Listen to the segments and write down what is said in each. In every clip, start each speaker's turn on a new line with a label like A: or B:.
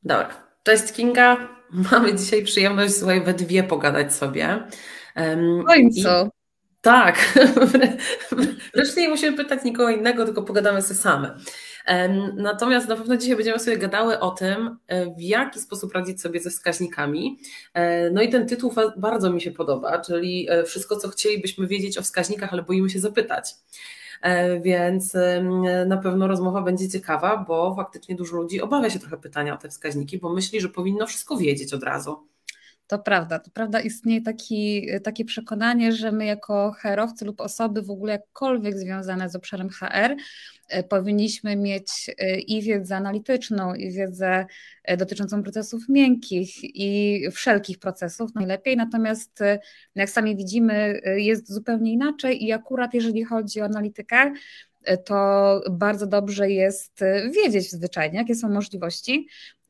A: Dobra, cześć Kinga. Mamy dzisiaj przyjemność, słuchaj, we dwie pogadać sobie.
B: W końcu.
A: I tak, wreszcie nie musimy pytać nikogo innego, tylko pogadamy sobie same. Natomiast na pewno dzisiaj będziemy sobie gadały o tym, w jaki sposób radzić sobie ze wskaźnikami. No i ten tytuł bardzo mi się podoba, czyli wszystko, co chcielibyśmy wiedzieć o wskaźnikach, ale boimy się zapytać. Więc na pewno rozmowa będzie ciekawa, bo faktycznie dużo ludzi obawia się trochę pytania o te wskaźniki, bo myśli, że powinno wszystko wiedzieć od razu.
B: To prawda, istnieje takie przekonanie, że my jako HR-owcy lub osoby w ogóle jakkolwiek związane z obszarem HR powinniśmy mieć i wiedzę analityczną, i wiedzę dotyczącą procesów miękkich i wszelkich procesów najlepiej, natomiast jak sami widzimy jest zupełnie inaczej i akurat jeżeli chodzi o analitykę, to bardzo dobrze jest wiedzieć zwyczajnie, jakie są możliwości.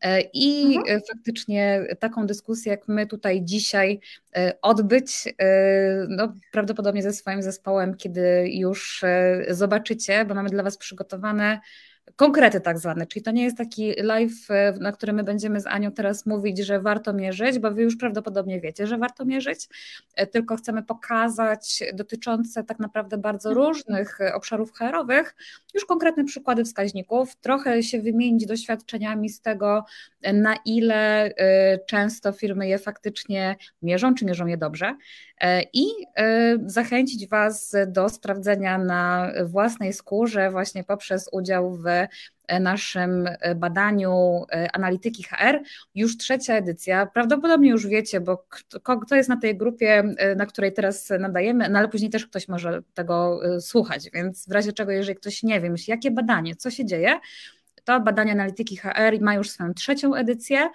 B: I
A: Mhm.
B: faktycznie taką dyskusję, jak my tutaj dzisiaj odbyć, no, prawdopodobnie ze swoim zespołem, kiedy już zobaczycie, bo mamy dla Was przygotowane konkrety tak zwane, czyli to nie jest taki live, na którym my będziemy z Anią teraz mówić, że warto mierzyć, bo Wy już prawdopodobnie wiecie, że warto mierzyć, tylko chcemy pokazać dotyczące tak naprawdę bardzo różnych obszarów HR-owych już konkretne przykłady wskaźników, trochę się wymienić doświadczeniami z tego, na ile często firmy je faktycznie mierzą, czy mierzą je dobrze i zachęcić Was do sprawdzenia na własnej skórze właśnie poprzez udział w naszym badaniu analityki HR. Już trzecia edycja, prawdopodobnie już wiecie, bo kto jest na tej grupie, na której teraz nadajemy, no ale później też ktoś może tego słuchać, więc w razie czego, jeżeli ktoś nie wie, myśli, jakie badanie, co się dzieje, to badanie analityki HR ma już swoją trzecią edycję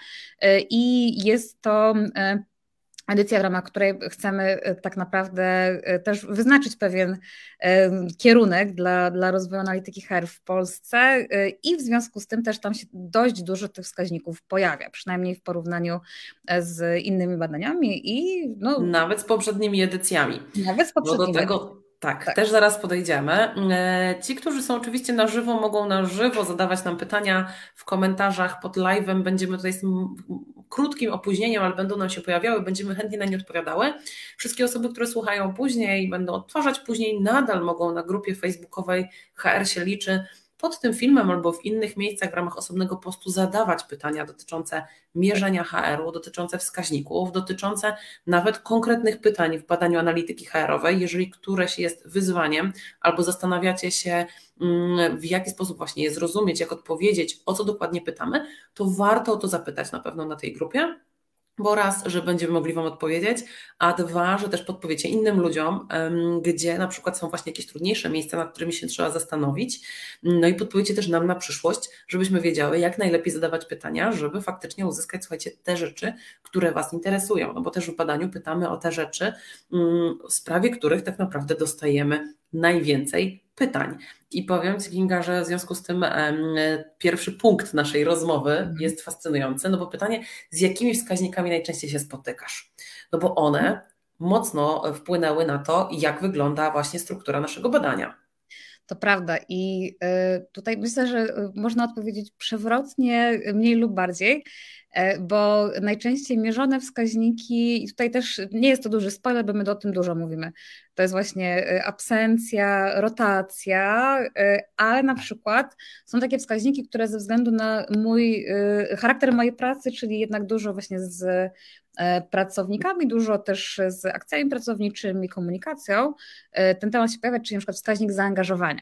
B: i jest to edycja, w ramach której chcemy tak naprawdę też wyznaczyć pewien kierunek dla rozwoju analityki HR w Polsce i w związku z tym też tam się dość dużo tych wskaźników pojawia, przynajmniej w porównaniu z innymi badaniami i no,
A: Nawet z poprzednimi edycjami,
B: nawet z
A: bo do
B: poprzednimi edycjami.
A: tego tak,
B: Tak.
A: też zaraz podejdziemy. Ci, którzy są oczywiście na żywo, mogą na żywo zadawać nam pytania w komentarzach pod live'em. Będziemy tutaj z krótkim opóźnieniem, ale będą nam się pojawiały, będziemy chętnie na nie odpowiadały. Wszystkie osoby, które słuchają później, będą odtwarzać później, nadal mogą na grupie facebookowej HR się liczy pod tym filmem albo w innych miejscach w ramach osobnego postu zadawać pytania dotyczące mierzenia HR-u, dotyczące wskaźników, dotyczące nawet konkretnych pytań w badaniu analityki HR-owej, jeżeli któreś jest wyzwaniem albo zastanawiacie się, w jaki sposób właśnie je zrozumieć, jak odpowiedzieć, o co dokładnie pytamy, to warto o to zapytać na pewno na tej grupie. Bo raz, że będziemy mogli Wam odpowiedzieć, a dwa, że też podpowiecie innym ludziom, gdzie na przykład są właśnie jakieś trudniejsze miejsca, nad którymi się trzeba zastanowić. No i podpowiecie też nam na przyszłość, żebyśmy wiedziały, jak najlepiej zadawać pytania, żeby faktycznie uzyskać, słuchajcie, te rzeczy, które Was interesują. No bo też w badaniu pytamy o te rzeczy, w sprawie których tak naprawdę dostajemy najwięcej pytań. I powiem Ci, Kinga, że w związku z tym pierwszy punkt naszej rozmowy
B: Mhm.
A: jest fascynujący, no bo pytanie, z jakimi wskaźnikami najczęściej się spotykasz? No bo one mocno wpłynęły na to, jak wygląda właśnie struktura naszego badania.
B: To prawda i tutaj myślę, że można odpowiedzieć przewrotnie, mniej lub bardziej, bo najczęściej mierzone wskaźniki, i tutaj też nie jest to duży spoiler, bo my o tym dużo mówimy, to jest właśnie absencja, rotacja, ale na przykład są takie wskaźniki, które ze względu na mój charakter mojej pracy, czyli jednak dużo właśnie z pracownikami, dużo też z akcjami pracowniczymi, komunikacją, ten temat się pojawia, czyli na przykład wskaźnik zaangażowania.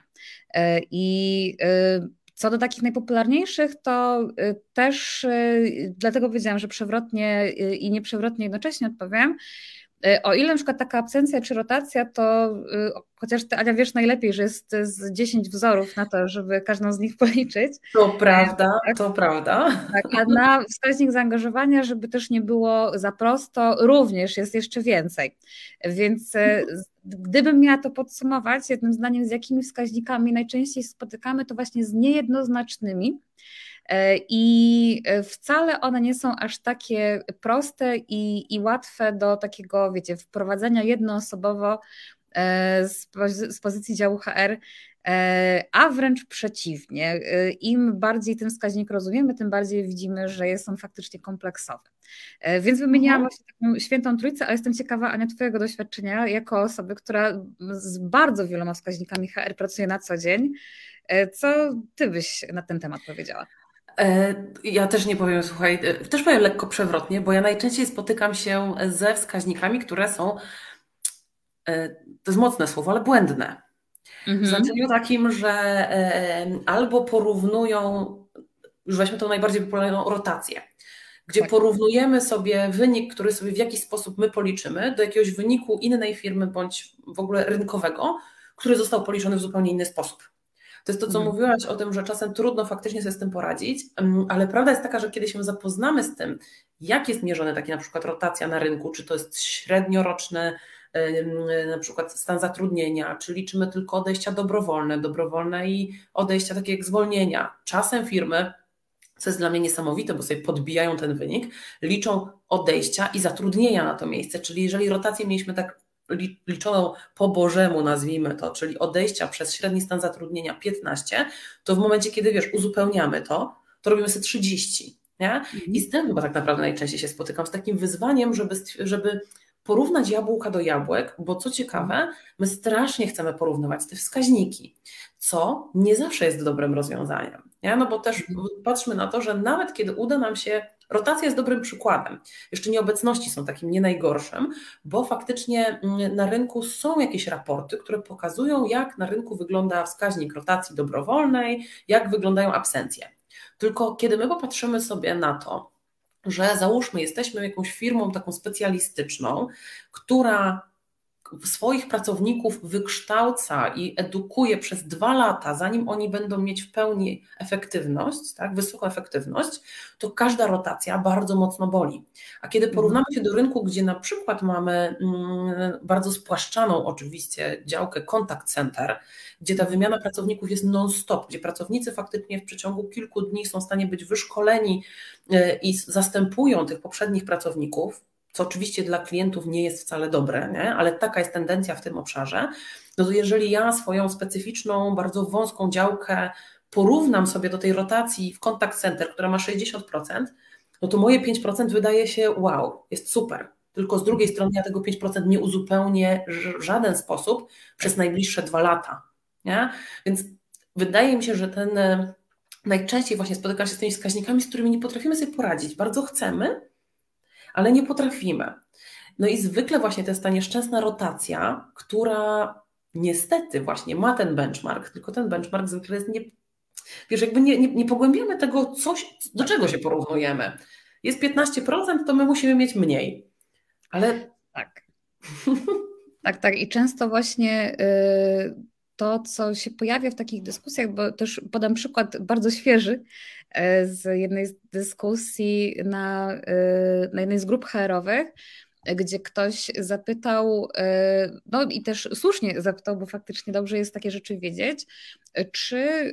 B: I co do takich najpopularniejszych, to też dlatego powiedziałam, że przewrotnie i nieprzewrotnie jednocześnie odpowiem. O ile na przykład taka absencja czy rotacja, to chociaż ty, Ania, wiesz najlepiej, że jest z 10 wzorów na to, żeby każdą z nich policzyć.
A: To prawda,
B: Tak?
A: to prawda.
B: Tak, a na wskaźnik zaangażowania, żeby też nie było za prosto, również jest jeszcze więcej. Więc gdybym miała to podsumować jednym zdaniem, z jakimi wskaźnikami najczęściej spotykamy, to właśnie z niejednoznacznymi. I wcale one nie są aż takie proste i łatwe do takiego, wiecie, wprowadzenia jednoosobowo z pozycji działu HR a wręcz przeciwnie. Im bardziej ten wskaźnik rozumiemy, tym bardziej widzimy, że jest on faktycznie kompleksowy. Więc wymieniłam właśnie taką świętą trójcę, ale jestem ciekawa, Ania, twojego doświadczenia jako osoby, która z bardzo wieloma wskaźnikami HR pracuje na co dzień. Co ty byś na ten temat powiedziała?
A: Ja też nie powiem, słuchaj, też powiem lekko przewrotnie, bo ja najczęściej spotykam się ze wskaźnikami, które są, to jest mocne słowo, ale błędne. W znaczeniu takim, że albo porównują, już weźmy tą najbardziej popularną rotację, gdzie porównujemy sobie wynik, który sobie w jakiś sposób my policzymy, do jakiegoś wyniku innej firmy bądź w ogóle rynkowego, który został policzony w zupełnie inny sposób. To jest to, co mówiłaś o tym, że czasem trudno faktycznie sobie z tym poradzić, ale prawda jest taka, że kiedy się zapoznamy z tym, jak jest mierzony taki na przykład rotacja na rynku, czy to jest średnioroczny na przykład stan zatrudnienia, czy liczymy tylko odejścia dobrowolne i odejścia takie jak zwolnienia. Czasem firmy, co jest dla mnie niesamowite, bo sobie podbijają ten wynik, liczą odejścia i zatrudnienia na to miejsce, czyli jeżeli rotację mieliśmy tak liczoną po bożemu, nazwijmy to, czyli odejścia przez średni stan zatrudnienia 15, to w momencie, kiedy wiesz, uzupełniamy to robimy sobie 30. Nie? I z tym chyba tak naprawdę najczęściej się spotykam, z takim wyzwaniem, żeby porównać jabłka do jabłek, bo co ciekawe, my strasznie chcemy porównywać te wskaźniki, co nie zawsze jest dobrym rozwiązaniem. Nie? No bo też patrzmy na to, że nawet kiedy uda nam się, rotacja jest dobrym przykładem, jeszcze nieobecności są takim nie najgorszym, bo faktycznie na rynku są jakieś raporty, które pokazują, jak na rynku wygląda wskaźnik rotacji dobrowolnej, jak wyglądają absencje. Tylko kiedy my popatrzymy sobie na to, że załóżmy, jesteśmy jakąś firmą taką specjalistyczną, która swoich pracowników wykształca i edukuje przez 2 lata, zanim oni będą mieć w pełni efektywność, tak, wysoką efektywność, to każda rotacja bardzo mocno boli. A kiedy porównamy się do rynku, gdzie na przykład mamy bardzo spłaszczaną oczywiście działkę contact center, gdzie ta wymiana pracowników jest non-stop, gdzie pracownicy faktycznie w przeciągu kilku dni są w stanie być wyszkoleni i zastępują tych poprzednich pracowników, co oczywiście dla klientów nie jest wcale dobre, nie? Ale taka jest tendencja w tym obszarze, no to jeżeli ja swoją specyficzną, bardzo wąską działkę porównam sobie do tej rotacji w contact center, która ma 60%, no to moje 5% wydaje się wow, jest super. Tylko z drugiej strony ja tego 5% nie uzupełnię w żaden sposób przez najbliższe 2 lata. Nie? Więc wydaje mi się, że najczęściej właśnie spotykam się z tymi wskaźnikami, z którymi nie potrafimy sobie poradzić. Bardzo chcemy, ale nie potrafimy. No i zwykle właśnie to jest ta nieszczęsna rotacja, która niestety właśnie ma ten benchmark, tylko ten benchmark zwykle jest wiesz, jakby nie pogłębiamy tego, do czego się porównujemy. Jest 15%, to my musimy mieć mniej. Ale
B: tak. Tak. I często właśnie to, co się pojawia w takich dyskusjach, bo też podam przykład bardzo świeży z jednej z dyskusji na jednej z grup HR-owych, gdzie ktoś zapytał, no i też słusznie zapytał, bo faktycznie dobrze jest takie rzeczy wiedzieć, czy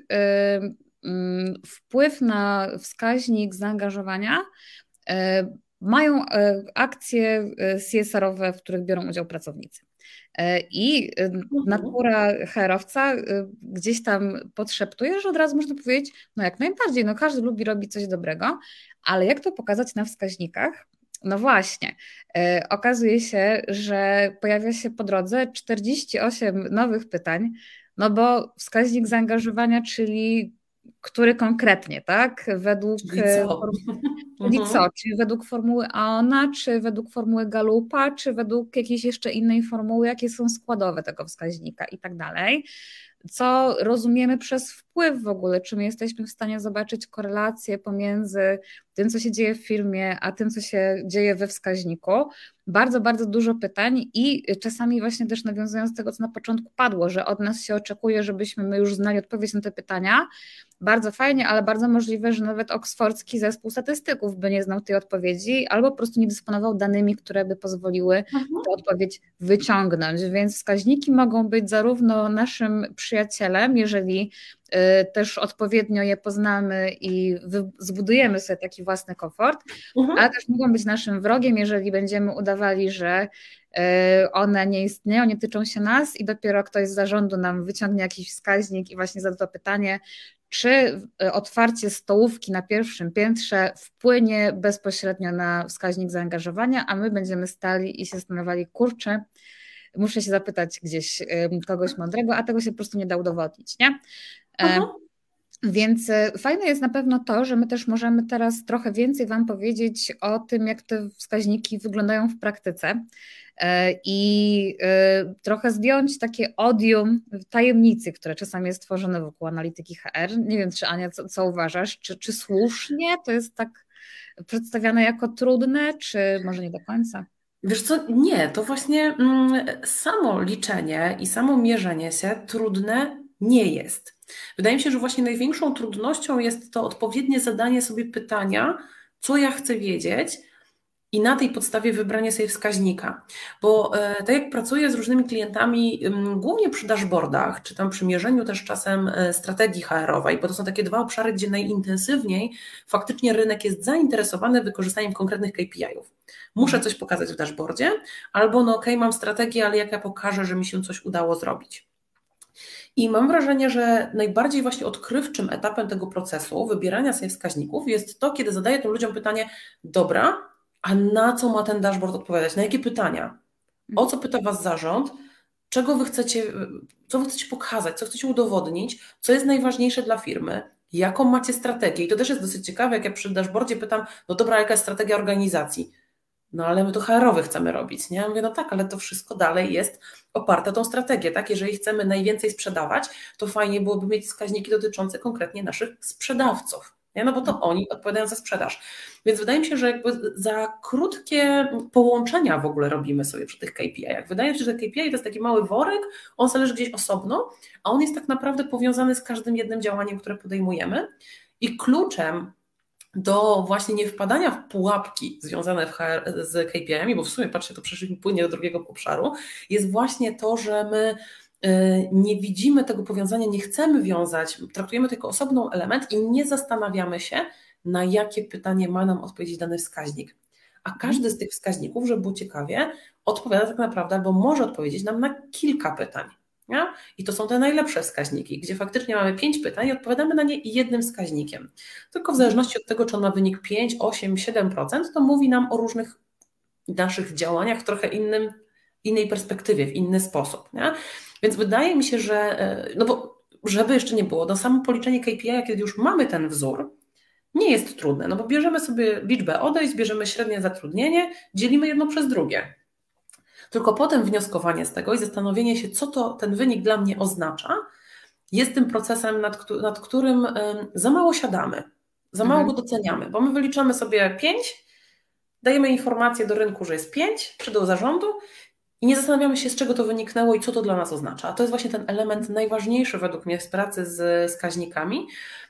B: wpływ na wskaźnik zaangażowania mają akcje CSR-owe, w których biorą udział pracownicy. I natura HR-owca gdzieś tam podszeptuje, że od razu można powiedzieć, no jak najbardziej, no każdy lubi robić coś dobrego, ale jak to pokazać na wskaźnikach? No właśnie, okazuje się, że pojawia się po drodze 48 nowych pytań, no bo wskaźnik zaangażowania, czyli który konkretnie, tak? Według co? Czy według formuły Aona, czy według formuły Gallupa, czy według jakiejś jeszcze innej formuły, jakie są składowe tego wskaźnika i tak dalej. Co rozumiemy przez wpływ w ogóle, czy my jesteśmy w stanie zobaczyć korelację pomiędzy tym, co się dzieje w firmie, a tym, co się dzieje we wskaźniku. Bardzo, bardzo dużo pytań i czasami właśnie też nawiązując do tego, co na początku padło, że od nas się oczekuje, żebyśmy my już znali odpowiedź na te pytania. Bardzo fajnie, ale bardzo możliwe, że nawet oksfordzki zespół statystyków by nie znał tej odpowiedzi albo po prostu nie dysponował danymi, które by pozwoliły tę odpowiedź wyciągnąć. Więc wskaźniki mogą być zarówno naszym przyjacielem, przyjacielem, jeżeli też odpowiednio je poznamy i zbudujemy sobie taki własny komfort, ale też mogą być naszym wrogiem, jeżeli będziemy udawali, że one nie istnieją, nie tyczą się nas i dopiero ktoś z zarządu nam wyciągnie jakiś wskaźnik i właśnie zada to pytanie, czy otwarcie stołówki na pierwszym piętrze wpłynie bezpośrednio na wskaźnik zaangażowania, a my będziemy stali i się zastanawiali, kurczę, muszę się zapytać gdzieś kogoś mądrego, a tego się po prostu nie da udowodnić, nie? Więc fajne jest na pewno to, że my też możemy teraz trochę więcej Wam powiedzieć o tym, jak te wskaźniki wyglądają w praktyce i trochę zdjąć takie odium tajemnicy, które czasami jest tworzone wokół analityki HR. Nie wiem, czy Ania, co uważasz? Czy słusznie to jest tak przedstawiane jako trudne, czy może nie do końca?
A: Wiesz co, nie, to właśnie samo liczenie i samo mierzenie się trudne nie jest. Wydaje mi się, że właśnie największą trudnością jest to odpowiednie zadanie sobie pytania, co ja chcę wiedzieć i na tej podstawie wybranie sobie wskaźnika. Bo tak jak pracuję z różnymi klientami, głównie przy dashboardach, czy tam przy mierzeniu też czasem strategii HR-owej, bo to są takie dwa obszary, gdzie najintensywniej faktycznie rynek jest zainteresowany wykorzystaniem konkretnych KPI-ów. Muszę coś pokazać w dashboardzie, albo no okej, mam strategię, ale jak ja pokażę, że mi się coś udało zrobić. I mam wrażenie, że najbardziej właśnie odkrywczym etapem tego procesu wybierania sobie wskaźników jest to, kiedy zadaję tym ludziom pytanie, dobra, a na co ma ten dashboard odpowiadać? Na jakie pytania? O co pyta Was zarząd? Co wy chcecie pokazać? Co chcecie udowodnić? Co jest najważniejsze dla firmy? Jaką macie strategię? I to też jest dosyć ciekawe, jak ja przy dashboardzie pytam, no dobra, jaka jest strategia organizacji? No ale my to HR-owy chcemy robić, nie? Ja mówię, no tak, ale to wszystko dalej jest oparte o tą strategię, tak? Jeżeli chcemy najwięcej sprzedawać, to fajnie byłoby mieć wskaźniki dotyczące konkretnie naszych sprzedawców, nie? No bo to oni odpowiadają za sprzedaż. Więc wydaje mi się, że jakby za krótkie połączenia w ogóle robimy sobie przy tych KPI-ach. Wydaje mi się, że KPI to jest taki mały worek, on sobie leży gdzieś osobno, a on jest tak naprawdę powiązany z każdym jednym działaniem, które podejmujemy i kluczem do właśnie nie wpadania w pułapki związane z KPI-ami, bo w sumie, patrzcie, to przeszliśmy płynnie do drugiego obszaru, jest właśnie to, że my nie widzimy tego powiązania, nie chcemy wiązać, traktujemy to jako osobny element i nie zastanawiamy się, na jakie pytanie ma nam odpowiedzieć dany wskaźnik. A każdy z tych wskaźników, żeby było ciekawie, odpowiada tak naprawdę, albo może odpowiedzieć nam na kilka pytań. Nie? I to są te najlepsze wskaźniki, gdzie faktycznie mamy 5 pytań i odpowiadamy na nie jednym wskaźnikiem. Tylko w zależności od tego, czy on ma wynik 5, 8, 7%, to mówi nam o różnych naszych działaniach w trochę innej perspektywie, w inny sposób. Nie? Więc wydaje mi się, że, no bo żeby jeszcze nie było, no samo policzenie KPI, kiedy już mamy ten wzór, nie jest trudne, no bo bierzemy sobie liczbę odejść, bierzemy średnie zatrudnienie, dzielimy jedno przez drugie. Tylko potem wnioskowanie z tego i zastanowienie się, co to ten wynik dla mnie oznacza, jest tym procesem, nad którym za mało siadamy, za mało go doceniamy, bo my wyliczamy sobie 5, dajemy informację do rynku, że jest 5, czy do zarządu i nie zastanawiamy się, z czego to wyniknęło i co to dla nas oznacza. A to jest właśnie ten element najważniejszy według mnie w pracy z wskaźnikami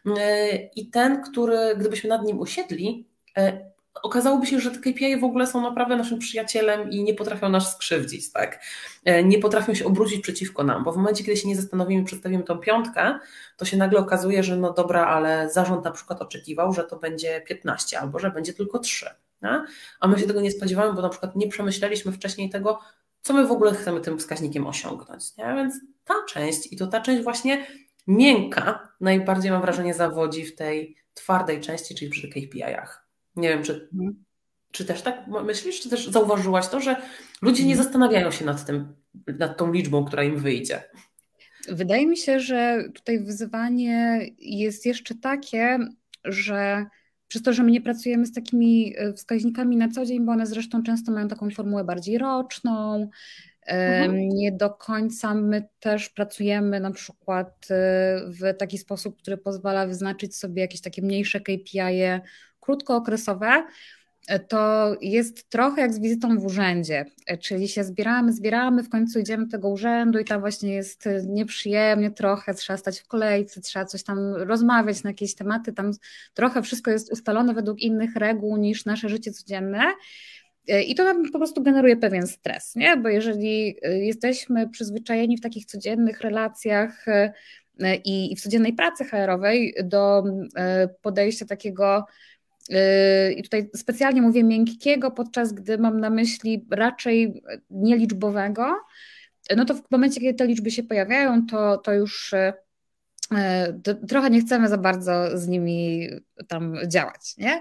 A: i ten, który gdybyśmy nad nim usiedli, okazałoby się, że te KPI w ogóle są naprawdę naszym przyjacielem i nie potrafią nas skrzywdzić, tak? Nie potrafią się obrócić przeciwko nam, bo w momencie, kiedy się nie zastanowimy, przedstawimy tą 5, to się nagle okazuje, że no dobra, ale zarząd na przykład oczekiwał, że to będzie 15 albo że będzie tylko 3, nie? A my się tego nie spodziewamy, bo na przykład nie przemyśleliśmy wcześniej tego, co my w ogóle chcemy tym wskaźnikiem osiągnąć, nie? Więc ta część i to ta część właśnie miękka najbardziej mam wrażenie zawodzi w tej twardej części, czyli przy KPI-ach. Nie wiem, czy też tak myślisz, czy też zauważyłaś to, że ludzie nie zastanawiają się nad tą liczbą, która im wyjdzie?
B: Wydaje mi się, że tutaj wyzwanie jest jeszcze takie, że przez to, że my nie pracujemy z takimi wskaźnikami na co dzień, bo one zresztą często mają taką formułę bardziej roczną, nie do końca my też pracujemy na przykład w taki sposób, który pozwala wyznaczyć sobie jakieś takie mniejsze KPI-e krótkookresowe, to jest trochę jak z wizytą w urzędzie, czyli się zbieramy, w końcu idziemy do tego urzędu i tam właśnie jest nieprzyjemnie trochę, trzeba stać w kolejce, trzeba coś tam rozmawiać na jakieś tematy, tam trochę wszystko jest ustalone według innych reguł niż nasze życie codzienne I to nam po prostu generuje pewien stres, nie? Bo jeżeli jesteśmy przyzwyczajeni w takich codziennych relacjach i w codziennej pracy HR-owej do podejścia takiego, i tutaj specjalnie mówię miękkiego, podczas gdy mam na myśli raczej nieliczbowego, no to w momencie, kiedy te liczby się pojawiają, to już trochę nie chcemy za bardzo z nimi tam działać, nie?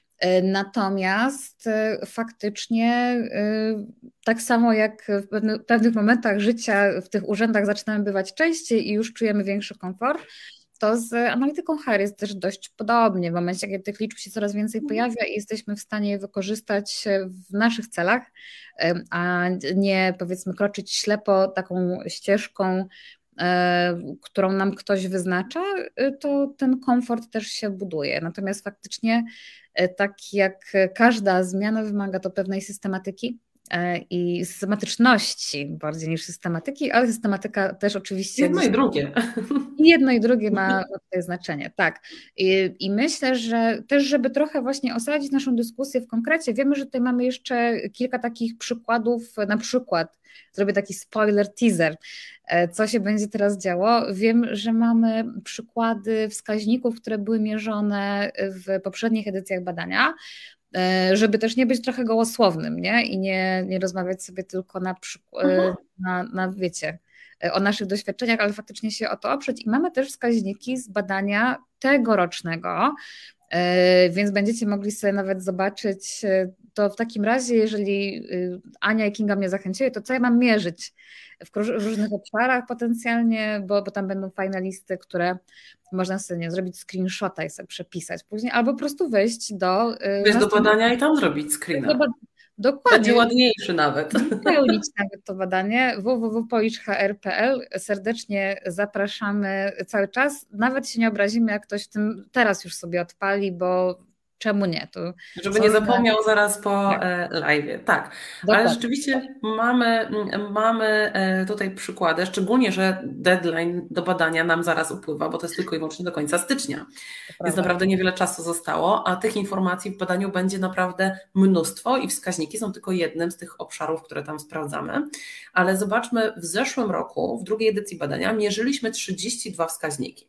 B: Natomiast faktycznie tak samo jak w pewnych momentach życia w tych urzędach zaczynamy bywać częściej i już czujemy większy komfort, to z analityką HR jest też dość podobnie. W momencie, kiedy tych liczb się coraz więcej pojawia i jesteśmy w stanie je wykorzystać w naszych celach, a nie powiedzmy kroczyć ślepo taką ścieżką, którą nam ktoś wyznacza, to ten komfort też się buduje. Natomiast faktycznie tak jak każda zmiana wymaga to pewnej systematyki i systematyczności bardziej niż systematyki, ale systematyka też oczywiście...
A: Jedno i drugie.
B: I jedno i drugie ma tutaj znaczenie, tak. I myślę, że też, żeby trochę właśnie osadzić naszą dyskusję w konkrecie, wiemy, że tutaj mamy jeszcze kilka takich przykładów, na przykład zrobię taki spoiler teaser, co się będzie teraz działo. Wiem, że mamy przykłady wskaźników, które były mierzone w poprzednich edycjach badania, żeby też nie być trochę gołosłownym, nie? I nie rozmawiać sobie tylko na wiecie, o naszych doświadczeniach, ale faktycznie się o to oprzeć. I mamy też wskaźniki z badania tegorocznego, więc będziecie mogli sobie nawet zobaczyć to w takim razie, jeżeli Ania i Kinga mnie zachęciły, to co ja mam mierzyć w różnych obszarach potencjalnie, bo tam będą fajne listy, które można sobie zrobić screenshota i sobie przepisać później, albo po prostu wejść do
A: badania i tam zrobić screena.
B: Dokładnie.
A: Będzie ładniejszy nawet.
B: Pełnić nawet to badanie www.policzhr.pl. Serdecznie zapraszamy cały czas. Nawet się nie obrazimy, jak ktoś w tym teraz już sobie odpali, bo czemu nie? To
A: żeby nie zapomniał zaraz po live'ie. Tak, dokładnie. Ale rzeczywiście mamy tutaj przykłady, szczególnie, że deadline do badania nam zaraz upływa, bo to jest tylko i wyłącznie do końca stycznia. Więc naprawdę niewiele czasu zostało, a tych informacji w badaniu będzie naprawdę mnóstwo i wskaźniki są tylko jednym z tych obszarów, które tam sprawdzamy. Ale zobaczmy, w zeszłym roku, w drugiej edycji badania mierzyliśmy 32 wskaźniki.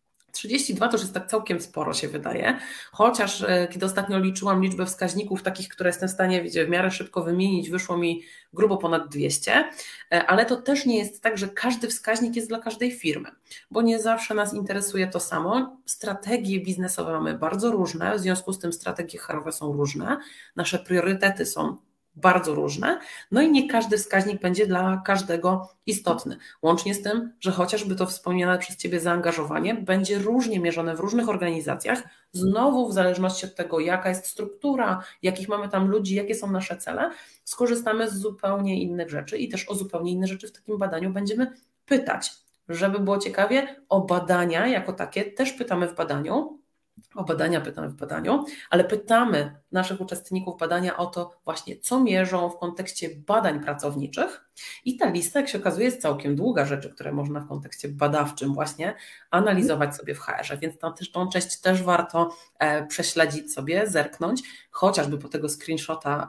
A: 32 to już jest tak całkiem sporo, się wydaje, chociaż kiedy ostatnio liczyłam liczbę wskaźników takich, które jestem w stanie w miarę szybko wymienić, wyszło mi grubo ponad 200, ale to też nie jest tak, że każdy wskaźnik jest dla każdej firmy, bo nie zawsze nas interesuje to samo. Strategie biznesowe mamy bardzo różne, w związku z tym strategie HR-owe są różne, nasze priorytety są bardzo różne, no i nie każdy wskaźnik będzie dla każdego istotny. Łącznie z tym, że chociażby to wspomniane przez Ciebie zaangażowanie będzie różnie mierzone w różnych organizacjach, znowu w zależności od tego, jaka jest struktura, jakich mamy tam ludzi, jakie są nasze cele, skorzystamy z zupełnie innych rzeczy i też o zupełnie inne rzeczy w takim badaniu będziemy pytać. Żeby było ciekawie, o badania jako takie też pytamy w badaniu, pytamy w badaniu, ale pytamy naszych uczestników badania o to właśnie, co mierzą w kontekście badań pracowniczych i ta lista, jak się okazuje, jest całkiem długa rzeczy, które można w kontekście badawczym właśnie analizować sobie w HR-ze, więc tą część też warto prześledzić sobie, zerknąć, chociażby po tego screenshota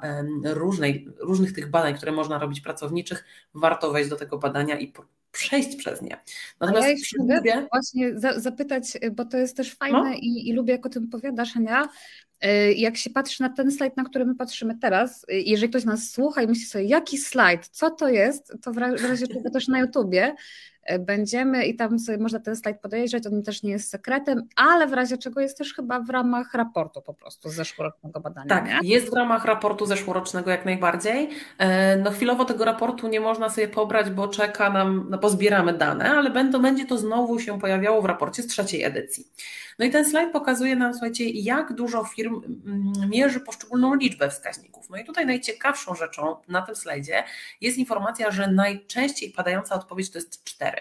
A: różnych tych badań, które można robić pracowniczych, warto wejść do tego badania i przejść przez nie.
B: Natomiast ja jeszcze mogę właśnie zapytać, bo to jest też fajne i lubię, jak o tym opowiadasz, Ania. Jak się patrzy na ten slajd, na który my patrzymy teraz, jeżeli ktoś nas słucha i myśli sobie, jaki slajd, co to jest, to w razie czego też na YouTubie będziemy i tam sobie można ten slajd podejrzeć, on też nie jest sekretem, ale w razie czego jest też chyba w ramach raportu po prostu z zeszłorocznego badania.
A: Tak,
B: nie?
A: Jest w ramach raportu zeszłorocznego jak najbardziej. No chwilowo tego raportu nie można sobie pobrać, bo czeka nam, no pozbieramy dane, ale będzie to znowu się pojawiało w raporcie z trzeciej edycji. No i ten slajd pokazuje nam, słuchajcie, jak dużo firm mierzy poszczególną liczbę wskaźników. No i tutaj najciekawszą rzeczą na tym slajdzie jest informacja, że najczęściej padająca odpowiedź to jest 4.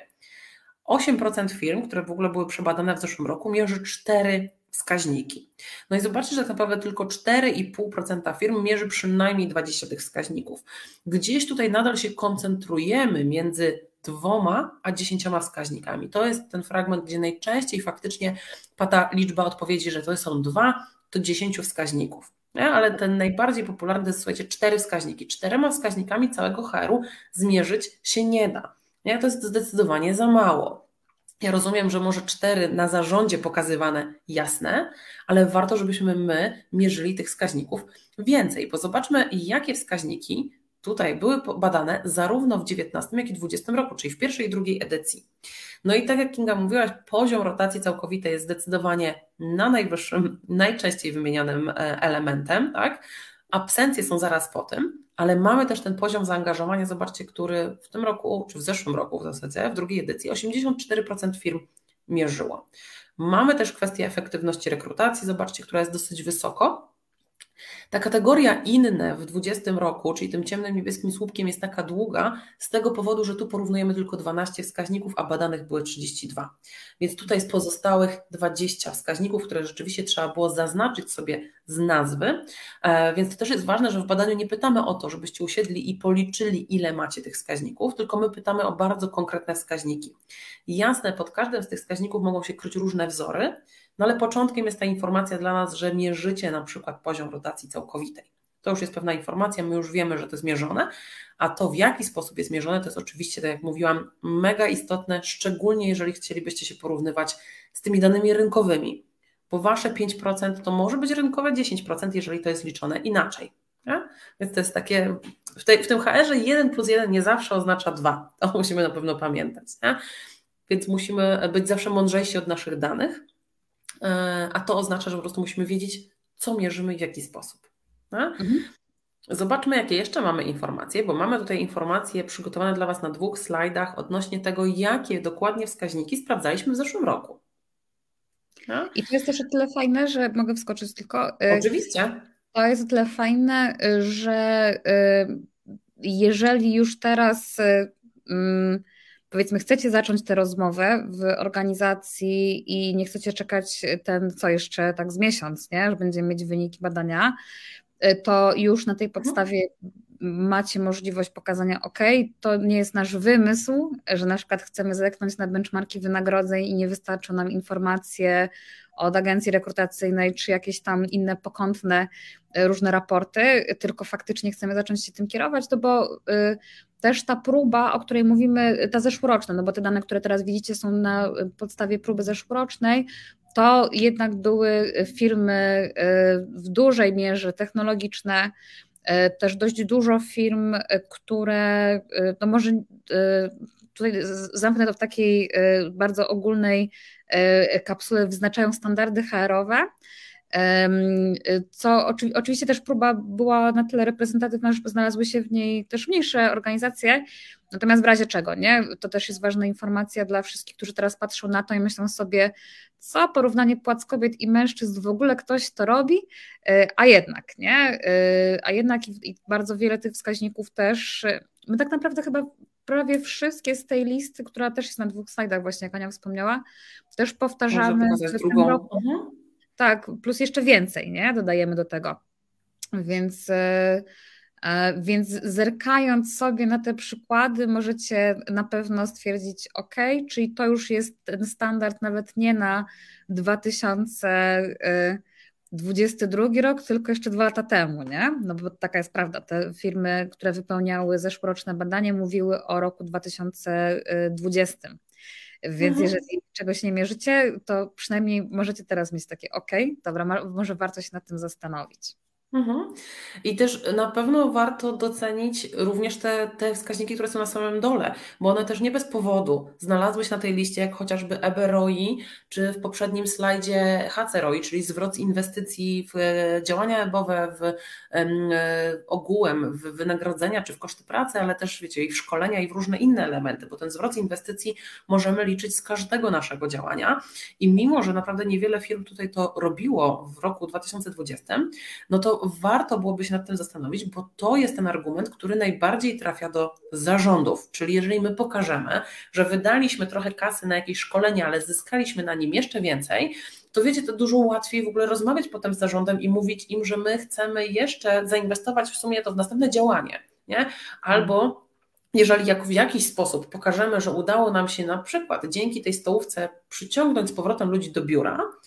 A: 8% firm, które w ogóle były przebadane w zeszłym roku, mierzy 4 wskaźniki. No i zobaczcie, że tak naprawdę tylko 4,5% firm mierzy przynajmniej 20 tych wskaźników. Gdzieś tutaj nadal się koncentrujemy między 2 a 10 wskaźnikami. To jest ten fragment, gdzie najczęściej faktycznie pada liczba odpowiedzi, że to są 2 do 10 wskaźników. Nie? Ale ten najbardziej popularny to jest, słuchajcie, 4 wskaźniki. 4 wskaźnikami całego HR-u zmierzyć się nie da. Nie? To jest zdecydowanie za mało. Ja rozumiem, że może 4 na zarządzie pokazywane jasne, ale warto, żebyśmy my mierzyli tych wskaźników więcej, bo zobaczmy, jakie wskaźniki tutaj były badane zarówno w 19, jak i 20 roku, czyli w pierwszej i drugiej edycji. No i tak jak Kinga mówiłaś, poziom rotacji całkowitej jest zdecydowanie na najwyższym, najczęściej wymienianym elementem, tak? Absencje są zaraz po tym, ale mamy też ten poziom zaangażowania, zobaczcie, który w tym roku, czy w zeszłym roku w zasadzie, w drugiej edycji 84% firm mierzyło. Mamy też kwestię efektywności rekrutacji, zobaczcie, która jest dosyć wysoko. Ta kategoria inne w 2020 roku, czyli tym ciemnym niebieskim słupkiem, jest taka długa z tego powodu, że tu porównujemy tylko 12 wskaźników, a badanych były 32. Więc tutaj z pozostałych 20 wskaźników, które rzeczywiście trzeba było zaznaczyć sobie z nazwy. Więc to też jest ważne, że w badaniu nie pytamy o to, żebyście usiedli i policzyli, ile macie tych wskaźników, tylko my pytamy o bardzo konkretne wskaźniki. Jasne, pod każdym z tych wskaźników mogą się kryć różne wzory, no ale początkiem jest ta informacja dla nas, że mierzycie na przykład poziom rotacji całkowitej. To już jest pewna informacja, my już wiemy, że to jest mierzone, a to w jaki sposób jest mierzone, to jest oczywiście, tak jak mówiłam, mega istotne, szczególnie jeżeli chcielibyście się porównywać z tymi danymi rynkowymi, bo wasze 5% to może być rynkowe 10%, jeżeli to jest liczone inaczej. Nie? Więc to jest takie, w tym HR-ze 1 plus 1 nie zawsze oznacza 2, to musimy na pewno pamiętać. Nie? Więc musimy być zawsze mądrzejsi od naszych danych, a to oznacza, że po prostu musimy wiedzieć, co mierzymy i w jaki sposób. Zobaczmy, jakie jeszcze mamy informacje, bo mamy tutaj informacje przygotowane dla Was na 2 slajdach odnośnie tego, jakie dokładnie wskaźniki sprawdzaliśmy w zeszłym roku. No?
B: I to jest też o tyle fajne, że mogę wskoczyć tylko.
A: Oczywiście.
B: To jest o tyle fajne, że jeżeli już teraz powiedzmy chcecie zacząć tę rozmowę w organizacji i nie chcecie czekać co jeszcze tak z miesiąc, nie? Że będziemy mieć wyniki badania, to już na tej podstawie macie możliwość pokazania, to nie jest nasz wymysł, że na przykład chcemy zerknąć na benchmarki wynagrodzeń i nie wystarczą nam informacje od agencji rekrutacyjnej czy jakieś tam inne pokątne różne raporty, tylko faktycznie chcemy zacząć się tym kierować, bo też ta próba, o której mówimy, ta zeszłoroczna, no bo te dane, które teraz widzicie, są na podstawie próby zeszłorocznej, to jednak były firmy w dużej mierze technologiczne, też dość dużo firm, które, no może tutaj zamknę to w takiej bardzo ogólnej kapsule, wyznaczają standardy HR-owe, co oczywiście też próba była na tyle reprezentatywna, że znalazły się w niej też mniejsze organizacje, natomiast w razie czego, nie? To też jest ważna informacja dla wszystkich, którzy teraz patrzą na to i myślą sobie, co porównanie płac kobiet i mężczyzn, w ogóle ktoś to robi, a jednak, nie? A jednak i bardzo wiele tych wskaźników też, my tak naprawdę chyba prawie wszystkie z tej listy, która też jest na 2 slajdach właśnie, jak Ania wspomniała, też powtarzamy w tym roku. Tak, plus jeszcze więcej, nie? Dodajemy do tego. Więc zerkając sobie na te przykłady, możecie na pewno stwierdzić, czyli to już jest ten standard nawet nie na 2022 rok, tylko jeszcze 2 lata temu, nie? No bo taka jest prawda, te firmy, które wypełniały zeszłoroczne badanie, mówiły o roku 2020. Więc jeżeli czegoś nie mierzycie, to przynajmniej możecie teraz mieć takie dobra, może warto się nad tym zastanowić.
A: I też na pewno warto docenić również te wskaźniki, które są na samym dole, bo one też nie bez powodu znalazły się na tej liście, jak chociażby EB-ROI, czy w poprzednim slajdzie HC-ROI, czyli zwrot inwestycji w działania EB-owe, ogółem w wynagrodzenia, czy w koszty pracy, ale też wiecie, i w szkolenia, i w różne inne elementy, bo ten zwrot inwestycji możemy liczyć z każdego naszego działania i mimo, że naprawdę niewiele firm tutaj to robiło w roku 2020, no to warto byłoby się nad tym zastanowić, bo to jest ten argument, który najbardziej trafia do zarządów, czyli jeżeli my pokażemy, że wydaliśmy trochę kasy na jakieś szkolenia, ale zyskaliśmy na nim jeszcze więcej, to wiecie, to dużo łatwiej w ogóle rozmawiać potem z zarządem i mówić im, że my chcemy jeszcze zainwestować w sumie to w następne działanie, nie? Albo jeżeli w jakiś sposób pokażemy, że udało nam się na przykład dzięki tej stołówce przyciągnąć z powrotem ludzi do biura,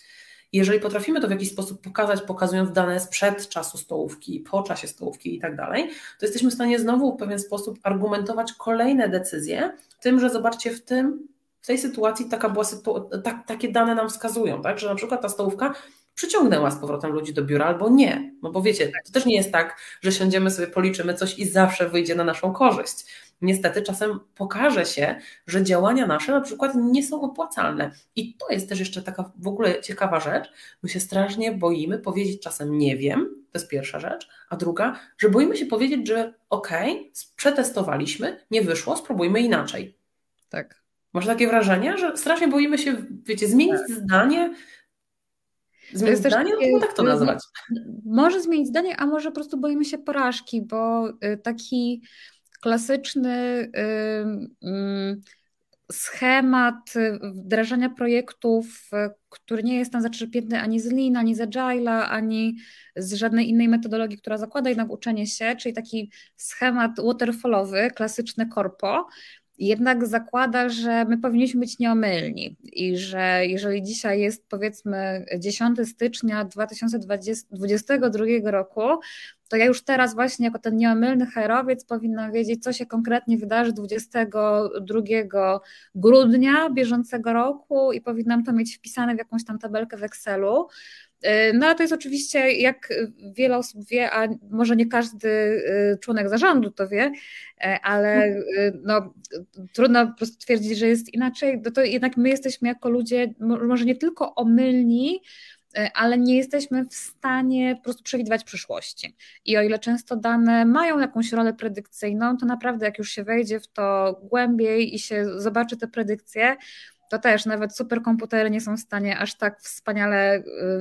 A: Jeżeli potrafimy to w jakiś sposób pokazać, pokazując dane sprzed czasu stołówki, po czasie stołówki i tak dalej, to jesteśmy w stanie znowu w pewien sposób argumentować kolejne decyzje tym, że zobaczcie, w tej sytuacji takie dane nam wskazują, tak? Że na przykład ta stołówka przyciągnęła z powrotem ludzi do biura albo nie. No bo wiecie, to też nie jest tak, że siądziemy sobie, policzymy coś i zawsze wyjdzie na naszą korzyść. Niestety czasem pokaże się, że działania nasze na przykład nie są opłacalne. I to jest też jeszcze taka w ogóle ciekawa rzecz. My się strasznie boimy powiedzieć czasem nie wiem, to jest pierwsza rzecz, a druga, że boimy się powiedzieć, że okej, przetestowaliśmy, nie wyszło, spróbujmy inaczej.
B: Tak.
A: Masz takie wrażenie, że strasznie boimy się, wiecie, zmienić zdanie, zmienić zdanie, no tak to nazwać.
B: Może zmienić zdanie, a może po prostu boimy się porażki, bo taki klasyczny schemat wdrażania projektów, który nie jest tam zaczerpnięty ani z Lean, ani z Agile'a, ani z żadnej innej metodologii, która zakłada jednak uczenie się, czyli taki schemat waterfallowy, klasyczny korpo, jednak zakłada, że my powinniśmy być nieomylni i że jeżeli dzisiaj jest powiedzmy 10 stycznia 2022 roku, to ja już teraz właśnie jako ten nieomylny HR-owiec powinnam wiedzieć, co się konkretnie wydarzy 22 grudnia bieżącego roku i powinnam to mieć wpisane w jakąś tam tabelkę w Excelu. No ale to jest oczywiście, jak wiele osób wie, a może nie każdy członek zarządu to wie, ale no, trudno po prostu twierdzić, że jest inaczej. To jednak my jesteśmy jako ludzie może nie tylko omylni, ale nie jesteśmy w stanie po prostu przewidywać przyszłości. I o ile często dane mają jakąś rolę predykcyjną, to naprawdę jak już się wejdzie w to głębiej i się zobaczy te predykcje, to też nawet superkomputery nie są w stanie aż tak wspaniale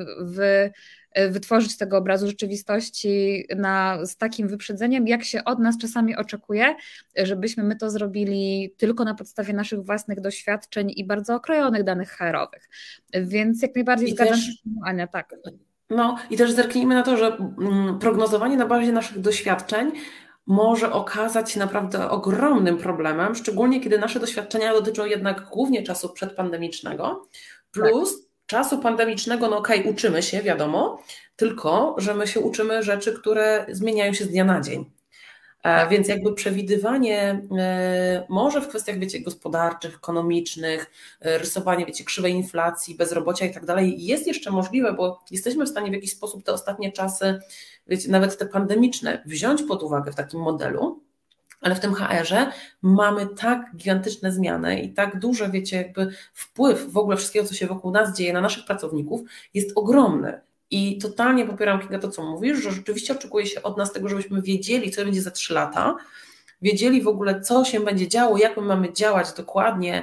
B: wytworzyć tego obrazu rzeczywistości z takim wyprzedzeniem, jak się od nas czasami oczekuje, żebyśmy my to zrobili tylko na podstawie naszych własnych doświadczeń i bardzo okrojonych danych HR-owych. Więc jak najbardziej zgadzam się z tym, Ania, tak.
A: No i też zerknijmy na to, że prognozowanie na bazie naszych doświadczeń może okazać się naprawdę ogromnym problemem, szczególnie kiedy nasze doświadczenia dotyczą jednak głównie czasu przedpandemicznego, plus czasu pandemicznego, no okej, uczymy się, wiadomo, tylko że my się uczymy rzeczy, które zmieniają się z dnia na dzień. Więc jakby przewidywanie może w kwestiach, wiecie, gospodarczych, ekonomicznych, rysowanie, wiecie, krzywej inflacji, bezrobocia i tak dalej jest jeszcze możliwe, bo jesteśmy w stanie w jakiś sposób te ostatnie czasy, wiecie, nawet te pandemiczne, wziąć pod uwagę w takim modelu, ale w tym HR-ze mamy tak gigantyczne zmiany i tak duży, wiecie, jakby wpływ w ogóle wszystkiego, co się wokół nas dzieje, na naszych pracowników jest ogromny. I totalnie popieram, Kinga, to, co mówisz, że rzeczywiście oczekuje się od nas tego, żebyśmy wiedzieli, co będzie za 3 lata, wiedzieli w ogóle, co się będzie działo, jak my mamy działać dokładnie,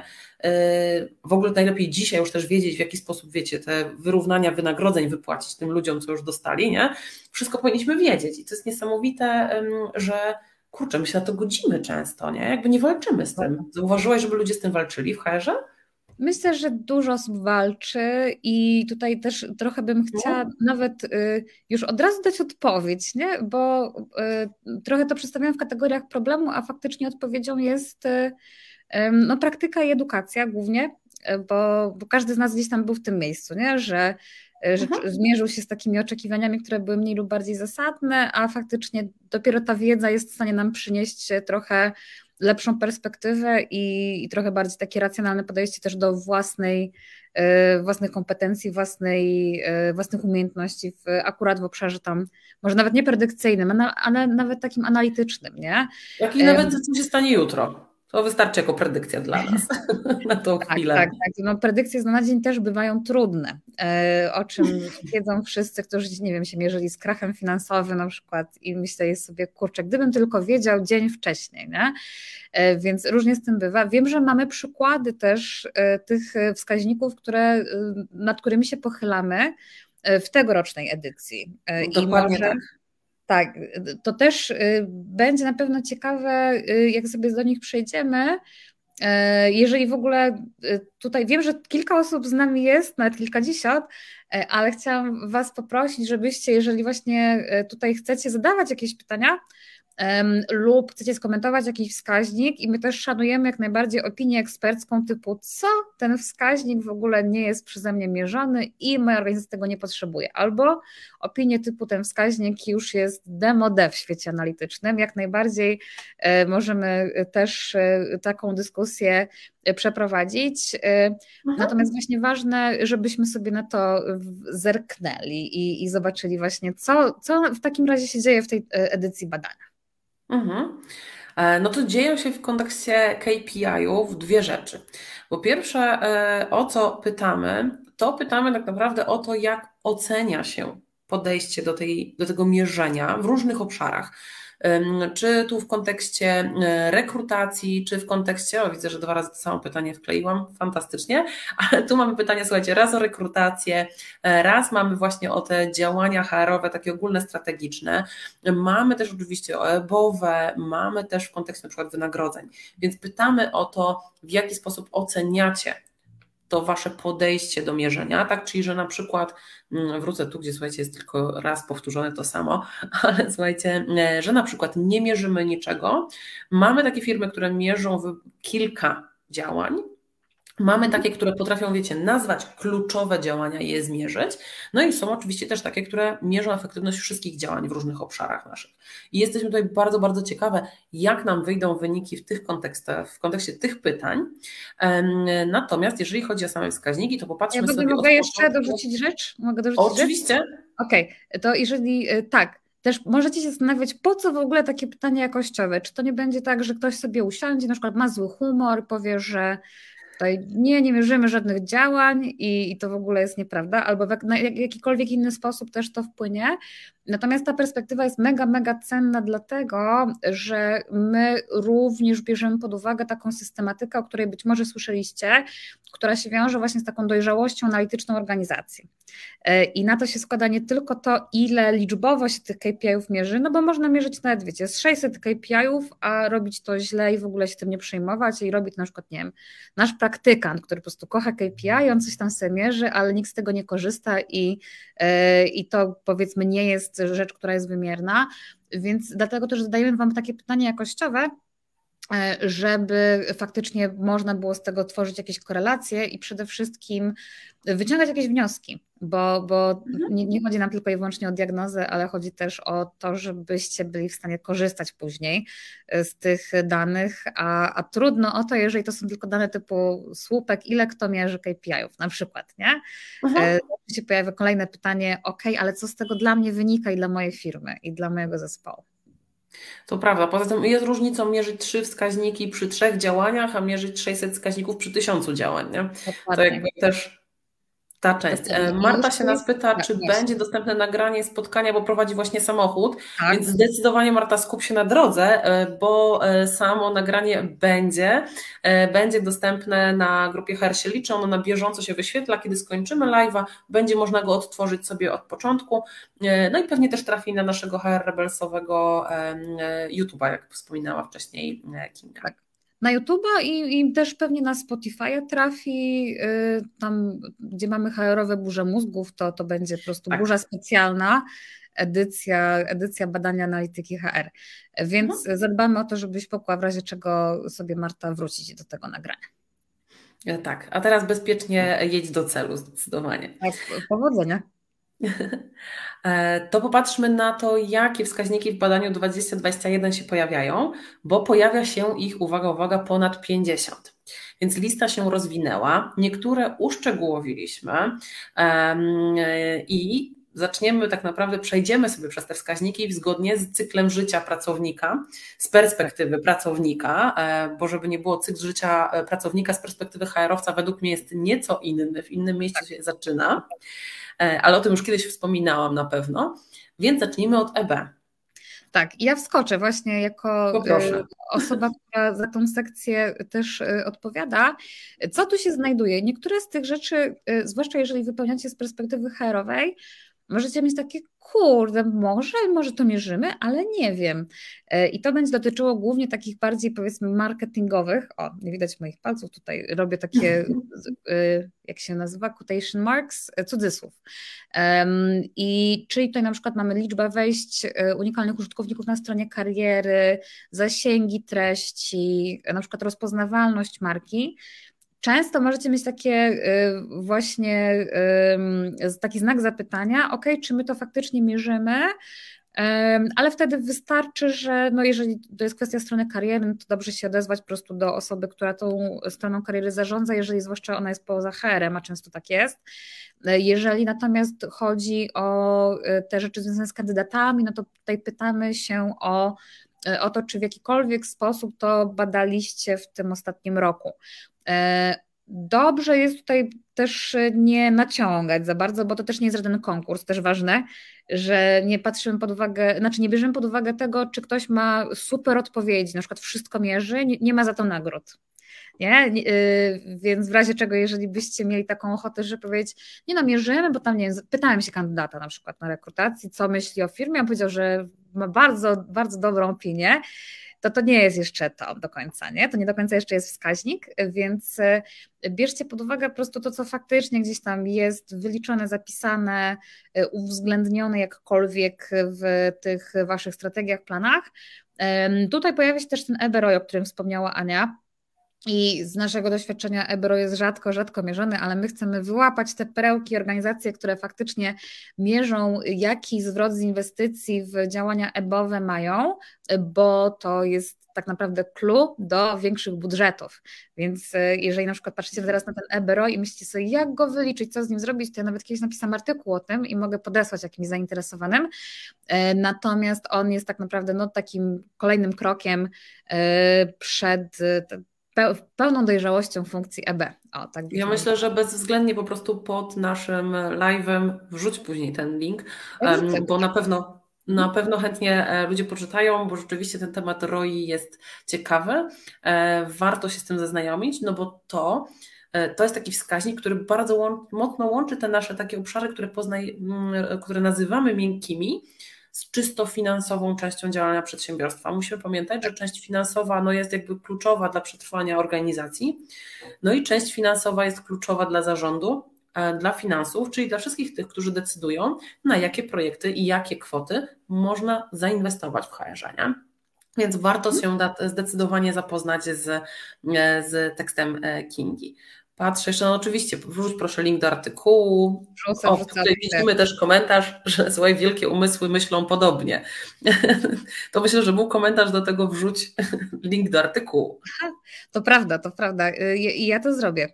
A: w ogóle najlepiej dzisiaj już też wiedzieć, w jaki sposób, wiecie, te wyrównania wynagrodzeń wypłacić tym ludziom, co już dostali, nie? Wszystko powinniśmy wiedzieć i to jest niesamowite, że kurczę, my się na to godzimy często, nie? Jakby nie walczymy z tym. Zauważyłaś, żeby ludzie z tym walczyli w HR-ze?
B: Myślę, że dużo osób walczy i tutaj też trochę bym chciała nawet już od razu dać odpowiedź, nie? Bo trochę to przedstawiam w kategoriach problemu, a faktycznie odpowiedzią jest no, praktyka i edukacja głównie, bo każdy z nas gdzieś tam był w tym miejscu, nie? Że zmierzył się z takimi oczekiwaniami, które były mniej lub bardziej zasadne, a faktycznie dopiero ta wiedza jest w stanie nam przynieść trochę lepszą perspektywę i trochę bardziej takie racjonalne podejście też do własnych kompetencji, własnych umiejętności akurat w obszarze tam, może nawet nie predykcyjnym, ale nawet takim analitycznym, nie?
A: Jak i nawet co się stanie jutro. To wystarczy jako predykcja dla nas na tą chwilę.
B: Tak. No, predykcje z dnia na dzień też bywają trudne, o czym wiedzą wszyscy, którzy, nie wiem, się mierzyli z krachem finansowym na przykład i myślę sobie, kurczę, gdybym tylko wiedział dzień wcześniej, nie? Więc różnie z tym bywa. Wiem, że mamy przykłady też tych wskaźników, nad którymi się pochylamy w tegorocznej edycji.
A: Dokładnie tak.
B: Tak, to też będzie na pewno ciekawe, jak sobie do nich przejdziemy. Jeżeli w ogóle tutaj wiem, że kilka osób z nami jest, nawet kilkadziesiąt, ale chciałam Was poprosić, żebyście, jeżeli właśnie tutaj chcecie zadawać jakieś pytania, lub chcecie skomentować jakiś wskaźnik i my też szanujemy jak najbardziej opinię ekspercką typu co, ten wskaźnik w ogóle nie jest przeze mnie mierzony i moja organizacja tego nie potrzebuje, albo opinię typu ten wskaźnik już jest demode w świecie analitycznym, jak najbardziej możemy też taką dyskusję przeprowadzić, natomiast właśnie ważne, żebyśmy sobie na to zerknęli i zobaczyli właśnie co w takim razie się dzieje w tej edycji badania.
A: No to dzieją się w kontekście KPI-ów dwie rzeczy. Po pierwsze, o co pytamy, to pytamy tak naprawdę o to, jak ocenia się podejście do tego mierzenia w różnych obszarach. Czy tu w kontekście rekrutacji, czy w kontekście, widzę, że 2 razy to samo pytanie wkleiłam, fantastycznie, ale tu mamy pytanie, słuchajcie, raz o rekrutację, raz mamy właśnie o te działania HR-owe, takie ogólne, strategiczne, mamy też oczywiście o EBOWE, mamy też w kontekście na przykład wynagrodzeń, więc pytamy o to, w jaki sposób oceniacie to wasze podejście do mierzenia, tak? Czyli, że na przykład, wrócę tu, gdzie słuchajcie, jest tylko raz powtórzone to samo, ale słuchajcie, że na przykład nie mierzymy niczego. Mamy takie firmy, które mierzą kilka działań. Mamy takie, które potrafią, wiecie, nazwać kluczowe działania i je zmierzyć. No i są oczywiście też takie, które mierzą efektywność wszystkich działań w różnych obszarach naszych. I jesteśmy tutaj bardzo, bardzo ciekawe, jak nam wyjdą wyniki w tych kontekstach, w kontekście tych pytań. Natomiast jeżeli chodzi o same wskaźniki, to popatrzmy sobie...
B: Mogę jeszcze dorzucić rzecz? Mogę dorzucić
A: Oczywiście.
B: Rzecz? Okej, to jeżeli tak, też możecie się zastanawiać, po co w ogóle takie pytania jakościowe? Czy to nie będzie tak, że ktoś sobie usiądzie, na przykład ma zły humor, powie, że tutaj nie mierzymy żadnych działań i to w ogóle jest nieprawda, albo w jakikolwiek inny sposób też to wpłynie. Natomiast ta perspektywa jest mega, mega cenna dlatego, że my również bierzemy pod uwagę taką systematykę, o której być może słyszeliście, która się wiąże właśnie z taką dojrzałością analityczną organizacji. I na to się składa nie tylko to, ile liczbowo się tych KPI-ów mierzy, no bo można mierzyć nawet, wiecie, z 600 KPI-ów, a robić to źle i w ogóle się tym nie przejmować i robić na przykład, nie wiem, nasz praktykant, który po prostu kocha KPI, on coś tam sobie mierzy, ale nikt z tego nie korzysta i to powiedzmy nie jest rzecz, która jest wymierna, więc dlatego też zadajemy Wam takie pytania jakościowe, żeby faktycznie można było z tego tworzyć jakieś korelacje i przede wszystkim wyciągać jakieś wnioski, bo nie chodzi nam tylko i wyłącznie o diagnozę, ale chodzi też o to, żebyście byli w stanie korzystać później z tych danych, a trudno o to, jeżeli to są tylko dane typu słupek, ile kto mierzy KPI-ów na przykład, nie? Się pojawia kolejne pytanie, ale co z tego dla mnie wynika i dla mojej firmy i dla mojego zespołu?
A: To prawda, poza tym jest różnicą mierzyć 3 wskaźniki przy 3 działaniach, a mierzyć 600 wskaźników przy 1000 działań, nie? To jakby też ta część. Marta się nas pyta, czy będzie dostępne nagranie spotkania, bo prowadzi właśnie samochód, więc zdecydowanie Marta skup się na drodze, bo samo nagranie będzie dostępne na grupie HR się liczy, ono na bieżąco się wyświetla, kiedy skończymy live'a, będzie można go odtworzyć sobie od początku, no i pewnie też trafi na naszego HR Rebelsowego YouTube'a, jak wspominała wcześniej Kinga.
B: Tak. Na YouTube'a i też pewnie na Spotify'a trafi, tam gdzie mamy HR-owe burze mózgów, to będzie po prostu burza specjalna, edycja badania analityki HR. Więc zadbamy o to, żebyś mogła w razie czego sobie Marta wrócić do tego nagrania.
A: Tak, a teraz bezpiecznie jedź do celu zdecydowanie.
B: Powodzenia.
A: To popatrzmy na to, jakie wskaźniki w badaniu 2021 się pojawiają, bo pojawia się ich, uwaga, ponad 50. Więc lista się rozwinęła, niektóre uszczegółowiliśmy i zaczniemy tak naprawdę, przejdziemy sobie przez te wskaźniki zgodnie z cyklem życia pracownika, z perspektywy pracownika, bo żeby nie było, cykl życia pracownika z perspektywy HR-owca według mnie jest nieco inny, w innym miejscu się zaczyna, ale o tym już kiedyś wspominałam na pewno, więc zacznijmy od EB.
B: Tak, ja wskoczę właśnie jako osoba, która za tą sekcję też odpowiada. Co tu się znajduje? Niektóre z tych rzeczy, zwłaszcza jeżeli wypełniacie z perspektywy HR-owej, możecie mieć takie, kurde, może to mierzymy, ale nie wiem. I to będzie dotyczyło głównie takich bardziej, powiedzmy, marketingowych. O, nie widać moich palców, tutaj robię takie, jak się nazywa, quotation marks, cudzysłów. I czyli tutaj na przykład mamy liczbę wejść unikalnych użytkowników na stronie kariery, zasięgi treści, na przykład rozpoznawalność marki. Często możecie mieć takie właśnie taki znak zapytania, ok, czy my to faktycznie mierzymy, ale wtedy wystarczy, że no jeżeli to jest kwestia strony kariery, no to dobrze się odezwać po prostu do osoby, która tą stroną kariery zarządza, jeżeli zwłaszcza ona jest poza HR-em, a często tak jest. Jeżeli natomiast chodzi o te rzeczy związane z kandydatami, no to tutaj pytamy się o to, czy w jakikolwiek sposób to badaliście w tym ostatnim roku. Dobrze jest tutaj też nie naciągać za bardzo, bo to też nie jest żaden konkurs, też ważne, że nie patrzymy pod uwagę, znaczy nie bierzemy pod uwagę tego, czy ktoś ma super odpowiedzi, na przykład wszystko mierzy, nie ma za to nagród. Nie? Więc w razie czego, jeżeli byście mieli taką ochotę, że powiedzieć, nie no, mierzymy, bo tam nie wiem, pytałem się kandydata na przykład na rekrutacji, co myśli o firmie, on powiedział, że ma bardzo, bardzo dobrą opinię, to nie jest jeszcze to do końca, nie? To nie do końca jeszcze jest wskaźnik, więc bierzcie pod uwagę po prostu to, co faktycznie gdzieś tam jest wyliczone, zapisane, uwzględnione jakkolwiek w tych waszych strategiach, planach. Tutaj pojawia się też ten EBROI, o którym wspomniała Ania. I z naszego doświadczenia EBRO jest rzadko mierzony, ale my chcemy wyłapać te perełki, organizacje, które faktycznie mierzą, jaki zwrot z inwestycji w działania EBOwe mają, bo to jest tak naprawdę clue do większych budżetów. Więc jeżeli na przykład patrzycie teraz na ten EBRO i myślicie sobie, jak go wyliczyć, co z nim zrobić, to ja nawet kiedyś napisałam artykuł o tym i mogę podesłać jakimś zainteresowanym. Natomiast on jest tak naprawdę no, takim kolejnym krokiem przed pełną dojrzałością funkcji EB. O, tak
A: Ja myślę, że bezwzględnie po prostu pod naszym live'em wrzuć później ten link, bo na pewno chętnie ludzie poczytają, bo rzeczywiście ten temat ROI jest ciekawy. Warto się z tym zaznajomić, no bo to jest taki wskaźnik, który bardzo mocno łączy te nasze takie obszary, które nazywamy miękkimi, z czysto finansową częścią działania przedsiębiorstwa. Musimy pamiętać, że część finansowa no, jest jakby kluczowa dla przetrwania organizacji, no i część finansowa jest kluczowa dla zarządu, dla finansów, czyli dla wszystkich tych, którzy decydują, na jakie projekty i jakie kwoty można zainwestować w HR-ze, nie? Więc warto się zdecydowanie zapoznać z tekstem Kingi. Patrzę jeszcze, no oczywiście, wrzuć proszę link do artykułu. Tutaj widzimy też komentarz, że słuchaj, wielkie umysły myślą podobnie. To myślę, że był komentarz do tego, wrzuć link do artykułu.
B: To prawda. I ja to zrobię.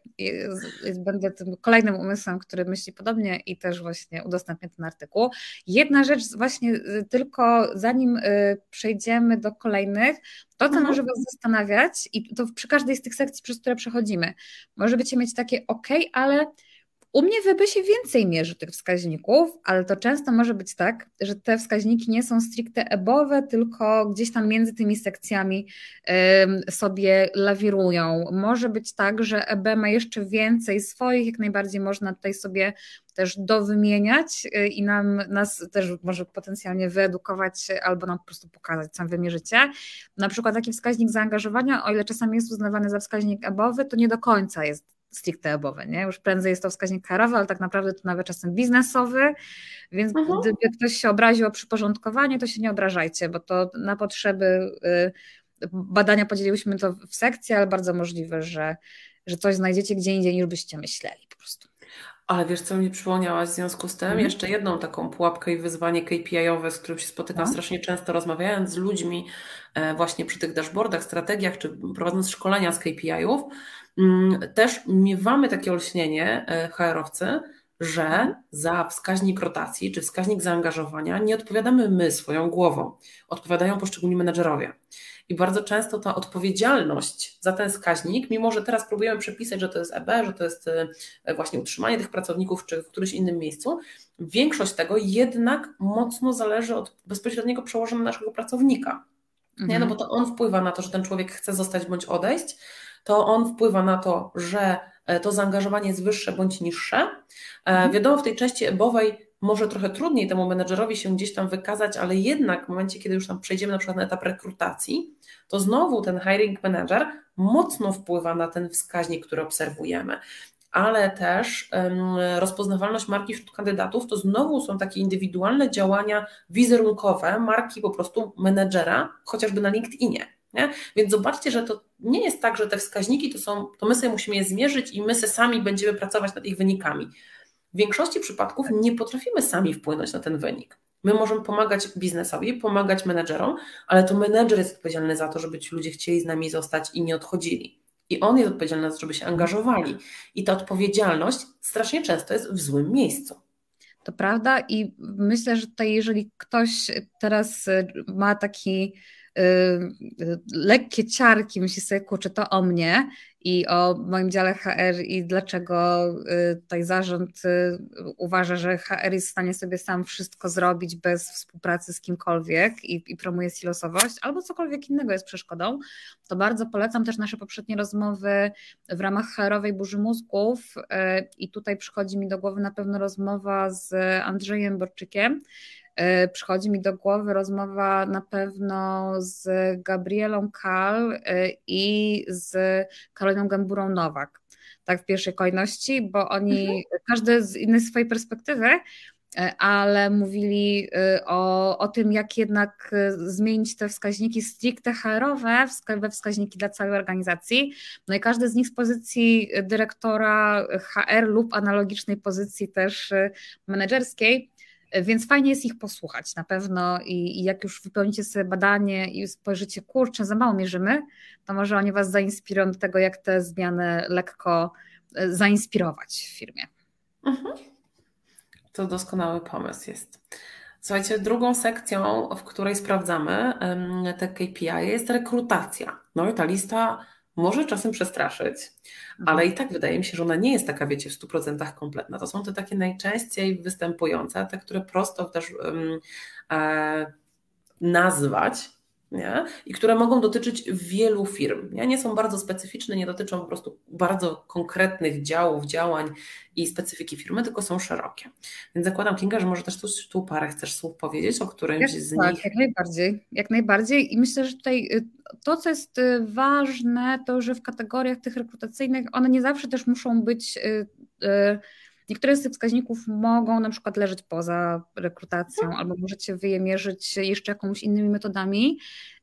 B: Będę tym kolejnym umysłem, który myśli podobnie i też właśnie udostępnię ten artykuł. Jedna rzecz właśnie tylko zanim przejdziemy do kolejnych, to, co może Was zastanawiać i to przy każdej z tych sekcji, przez które przechodzimy, może będziecie mieć takie ale u mnie w EB się więcej mierzy tych wskaźników, ale to często może być tak, że te wskaźniki nie są stricte EBOwe, tylko gdzieś tam między tymi sekcjami sobie lawirują. Może być tak, że EB ma jeszcze więcej swoich, jak najbardziej można tutaj sobie też dowymieniać i nas też może potencjalnie wyedukować albo nam po prostu pokazać, co wy mierzycie. Na przykład taki wskaźnik zaangażowania, o ile czasami jest uznawany za wskaźnik EBOwy, to nie do końca jest stricte EBOwy, nie? Już prędzej jest to wskaźnik HR-owy, ale tak naprawdę to nawet czasem biznesowy, więc gdyby ktoś się obraził o przyporządkowanie, to się nie obrażajcie, bo to na potrzeby badania podzieliłyśmy to w sekcje, ale bardzo możliwe, że coś znajdziecie gdzie indziej niż byście myśleli po prostu.
A: Ale wiesz, co mnie przypomniałaś w związku z tym? Jeszcze jedną taką pułapkę i wyzwanie KPI-owe, z którym się spotykam strasznie często, rozmawiając z ludźmi właśnie przy tych dashboardach, strategiach, czy prowadząc szkolenia z KPI-ów, też miewamy takie olśnienie HR-owcy, że za wskaźnik rotacji, czy wskaźnik zaangażowania nie odpowiadamy my swoją głową, odpowiadają poszczególni menedżerowie. I bardzo często ta odpowiedzialność za ten wskaźnik, mimo że teraz próbujemy przepisać, że to jest EB, że to jest właśnie utrzymanie tych pracowników, czy w którymś innym miejscu, większość tego jednak mocno zależy od bezpośredniego przełożenia naszego pracownika. Nie? No bo to on wpływa na to, że ten człowiek chce zostać bądź odejść, to on wpływa na to, że to zaangażowanie jest wyższe bądź niższe. Wiadomo, w tej części EB-owej może trochę trudniej temu menedżerowi się gdzieś tam wykazać, ale jednak w momencie, kiedy już tam przejdziemy na przykład na etap rekrutacji, to znowu ten hiring manager mocno wpływa na ten wskaźnik, który obserwujemy. Ale też rozpoznawalność marki wśród kandydatów to znowu są takie indywidualne działania wizerunkowe marki po prostu menedżera, chociażby na LinkedInie. Nie? Więc zobaczcie, że to nie jest tak, że te wskaźniki to my sobie musimy je zmierzyć i my sobie sami będziemy pracować nad ich wynikami. W większości przypadków nie potrafimy sami wpłynąć na ten wynik. My możemy pomagać biznesowi, pomagać menedżerom, ale to menedżer jest odpowiedzialny za to, żeby ci ludzie chcieli z nami zostać i nie odchodzili. I on jest odpowiedzialny za to, żeby się angażowali. I ta odpowiedzialność strasznie często jest w złym miejscu.
B: To prawda i myślę, że tutaj jeżeli ktoś teraz ma taki lekkie ciarki, myśli sobie, kurczę, to o mnie i o moim dziale HR i dlaczego tutaj zarząd uważa, że HR jest w stanie sobie sam wszystko zrobić bez współpracy z kimkolwiek i promuje silosowość, albo cokolwiek innego jest przeszkodą, to bardzo polecam też nasze poprzednie rozmowy w ramach HR-owej burzy mózgów i tutaj przychodzi mi do głowy na pewno rozmowa z Andrzejem Borczykiem. Przychodzi mi do głowy rozmowa na pewno z Gabrielą Kal i z Karoliną Gęburą-Nowak, tak w pierwszej kolejności, bo oni, każdy z innej swojej perspektywy, ale mówili o tym, jak jednak zmienić te wskaźniki stricte HR-owe we wskaźniki dla całej organizacji. No i każdy z nich z pozycji dyrektora HR lub analogicznej pozycji też menedżerskiej. Więc fajnie jest ich posłuchać na pewno i jak już wypełnicie sobie badanie i spojrzycie, kurczę, za mało mierzymy, to może oni was zainspirują do tego, jak te zmiany lekko zainspirować w firmie.
A: To doskonały pomysł jest. Słuchajcie, drugą sekcją, w której sprawdzamy te KPI jest rekrutacja. No i ta lista może czasem przestraszyć, ale i tak wydaje mi się, że ona nie jest taka, wiecie, w 100% kompletna. To są te takie najczęściej występujące, te, które prosto też nazwać, nie? I które mogą dotyczyć wielu firm. Nie są bardzo specyficzne, nie dotyczą po prostu bardzo konkretnych działów, działań i specyfiki firmy, tylko są szerokie. Więc zakładam, Kinga, że może też tu parę chcesz słów powiedzieć o którymś z nich.
B: Tak, jak najbardziej. I myślę, że tutaj to, co jest ważne, to, że w kategoriach tych rekrutacyjnych one nie zawsze też muszą być... Niektóre z tych wskaźników mogą na przykład leżeć poza rekrutacją, albo możecie wy je mierzyć jeszcze jakimiś innymi metodami.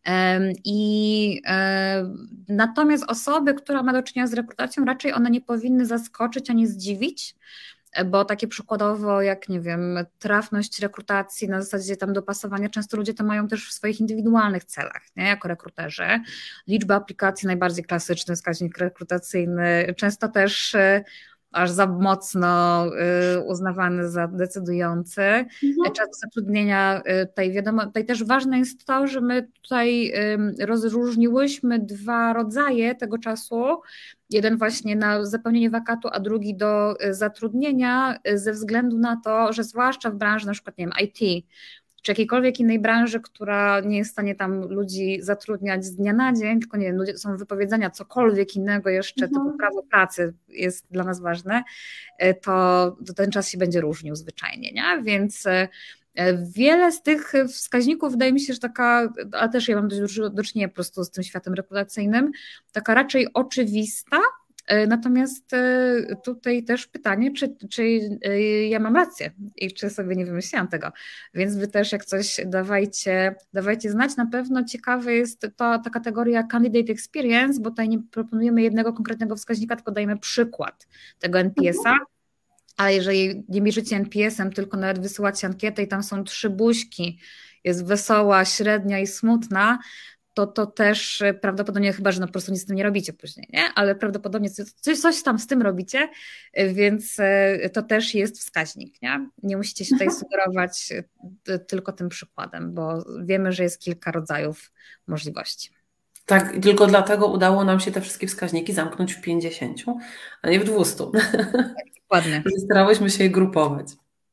B: Natomiast osoby, która ma do czynienia z rekrutacją, raczej one nie powinny zaskoczyć ani zdziwić, bo takie przykładowo jak, nie wiem, trafność rekrutacji na zasadzie tam dopasowania, często ludzie to mają też w swoich indywidualnych celach, nie? Jako rekruterzy. Liczba aplikacji, najbardziej klasyczny wskaźnik rekrutacyjny, często też aż za mocno uznawany za decydujący. Czas zatrudnienia, tutaj wiadomo, tutaj też ważne jest to, że my tutaj rozróżniłyśmy dwa rodzaje tego czasu. Jeden właśnie na zapełnienie wakatu, a drugi do zatrudnienia ze względu na to, że zwłaszcza w branży na przykład, nie wiem, IT, czy jakiejkolwiek innej branży, która nie jest w stanie tam ludzi zatrudniać z dnia na dzień, tylko nie wiem, ludzie są wypowiedzenia, cokolwiek innego jeszcze, typu prawo pracy jest dla nas ważne, to ten czas się będzie różnił zwyczajnie, nie? Więc wiele z tych wskaźników wydaje mi się, że taka, ale też ja mam do czynienia po prostu z tym światem rekrutacyjnym, taka raczej oczywista. Natomiast tutaj też pytanie, czy ja mam rację i czy sobie nie wymyśliłam tego, więc wy też jak coś dawajcie znać. Na pewno ciekawa jest ta kategoria Candidate Experience, bo tutaj nie proponujemy jednego konkretnego wskaźnika, tylko dajemy przykład tego NPS-a, ale jeżeli nie mierzycie NPS-em, tylko nawet wysyłacie ankietę i tam są 3 buźki, jest wesoła, średnia i smutna, to też prawdopodobnie chyba, że po prostu nic z tym nie robicie później, nie? Ale prawdopodobnie coś tam z tym robicie, więc to też jest wskaźnik, nie? Nie musicie się tutaj sugerować tylko tym przykładem, bo wiemy, że jest kilka rodzajów możliwości.
A: Tak, i tylko dlatego udało nam się te wszystkie wskaźniki zamknąć w 50, a nie w 200.
B: Dokładnie.
A: Starałyśmy się je grupować.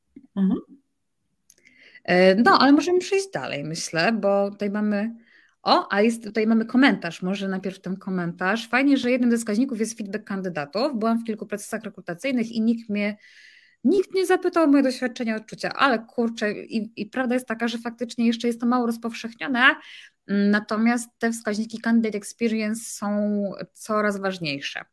B: No, ale możemy przejść dalej, myślę, bo tutaj mamy... tutaj mamy komentarz, może najpierw ten komentarz. Fajnie, że jednym ze wskaźników jest feedback kandydatów. Byłam w kilku procesach rekrutacyjnych i nikt mnie Nikt nie zapytał o moje doświadczenia, odczucia, ale kurczę, i prawda jest taka, że faktycznie jeszcze jest to mało rozpowszechnione, natomiast te wskaźniki Candidate Experience są coraz ważniejsze.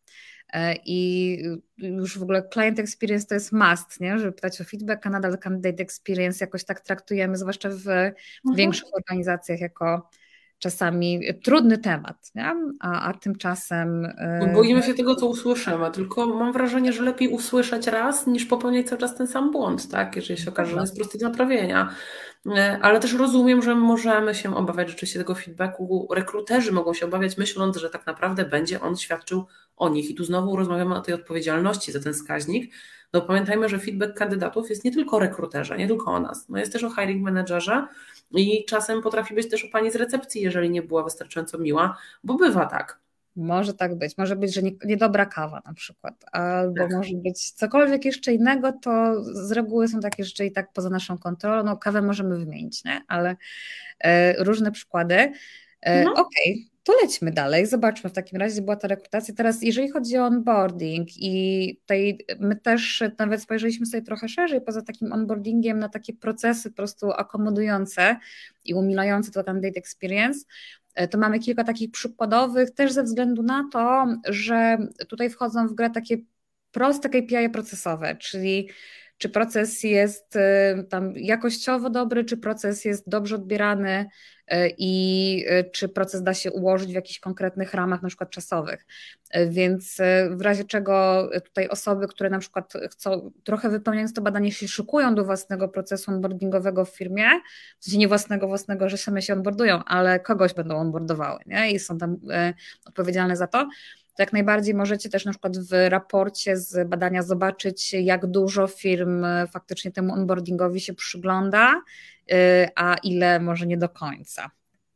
B: I już w ogóle Client Experience to jest must, nie? Żeby pytać o feedback, a nadal Candidate Experience jakoś tak traktujemy, zwłaszcza w większych organizacjach, jako czasami trudny temat, nie? A tymczasem...
A: Boimy się tego, co usłyszymy, tylko mam wrażenie, że lepiej usłyszeć raz, niż popełniać cały czas ten sam błąd, tak? Jeżeli się okaże, że jest prosty do naprawienia. Ale też rozumiem, że możemy się obawiać rzeczywiście tego feedbacku. Rekruterzy mogą się obawiać, myśląc, że tak naprawdę będzie on świadczył o nich. I tu znowu rozmawiamy o tej odpowiedzialności za ten wskaźnik. No pamiętajmy, że feedback kandydatów jest nie tylko o rekruterze, nie tylko o nas. No jest też o hiring managerze i czasem potrafi być też o pani z recepcji, jeżeli nie była wystarczająco miła, bo bywa tak.
B: Może tak być. Może być, że niedobra kawa na przykład, albo
A: Tak.
B: może być cokolwiek jeszcze innego, to z reguły są takie rzeczy i tak poza naszą kontrolą. No kawę możemy wymienić, nie? Ale różne przykłady. Okej, to lećmy dalej. Zobaczmy w takim razie, była ta rekrutacja. Teraz jeżeli chodzi o onboarding i tutaj my też nawet spojrzeliśmy sobie trochę szerzej poza takim onboardingiem na takie procesy po prostu akomodujące i umilające to candidate experience, to mamy kilka takich przykładowych, też ze względu na to, że tutaj wchodzą w grę takie proste KPI procesowe, czyli czy proces jest tam jakościowo dobry, czy proces jest dobrze odbierany i czy proces da się ułożyć w jakichś konkretnych ramach, na przykład czasowych. Więc w razie czego tutaj osoby, które na przykład chcą, trochę wypełniając to badanie, się szykują do własnego procesu onboardingowego w firmie, w sensie nie własnego, że same się onboardują, ale kogoś będą onboardowały, nie? I są tam odpowiedzialne za to jak najbardziej możecie też na przykład w raporcie z badania zobaczyć, jak dużo firm faktycznie temu onboardingowi się przygląda, a ile może nie do końca.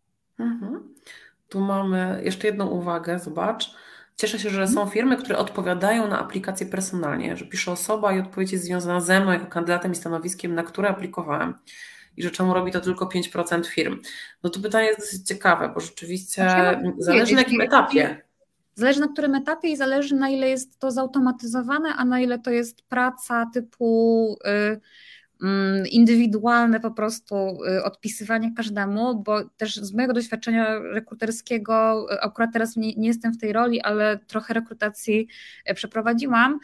A: Tu mamy jeszcze jedną uwagę, zobacz. Cieszę się, że są firmy, które odpowiadają na aplikację personalnie, że pisze osoba i odpowiedź jest związana ze mną jako kandydatem i stanowiskiem, na które aplikowałem. I że czemu robi to tylko 5% firm. No to pytanie jest dosyć ciekawe, bo rzeczywiście zależy na jakim etapie.
B: Zależy na którym etapie i zależy na ile jest to zautomatyzowane, a na ile to jest praca typu indywidualne po prostu odpisywanie każdemu, bo też z mojego doświadczenia rekruterskiego, akurat teraz nie jestem w tej roli, ale trochę rekrutacji przeprowadziłam,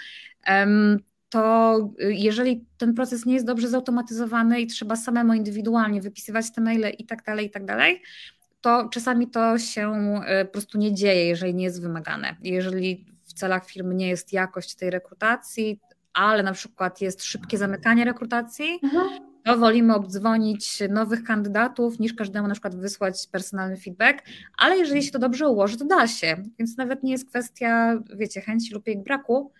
B: to jeżeli ten proces nie jest dobrze zautomatyzowany i trzeba samemu indywidualnie wypisywać te maile i tak dalej, to czasami to się po prostu nie dzieje, jeżeli nie jest wymagane. Jeżeli w celach firmy nie jest jakość tej rekrutacji, ale na przykład jest szybkie zamykanie rekrutacji, to wolimy obdzwonić nowych kandydatów, niż każdemu na przykład wysłać personalny feedback, ale jeżeli się to dobrze ułoży, to da się. Więc nawet nie jest kwestia, wiecie, chęci lub jej braku,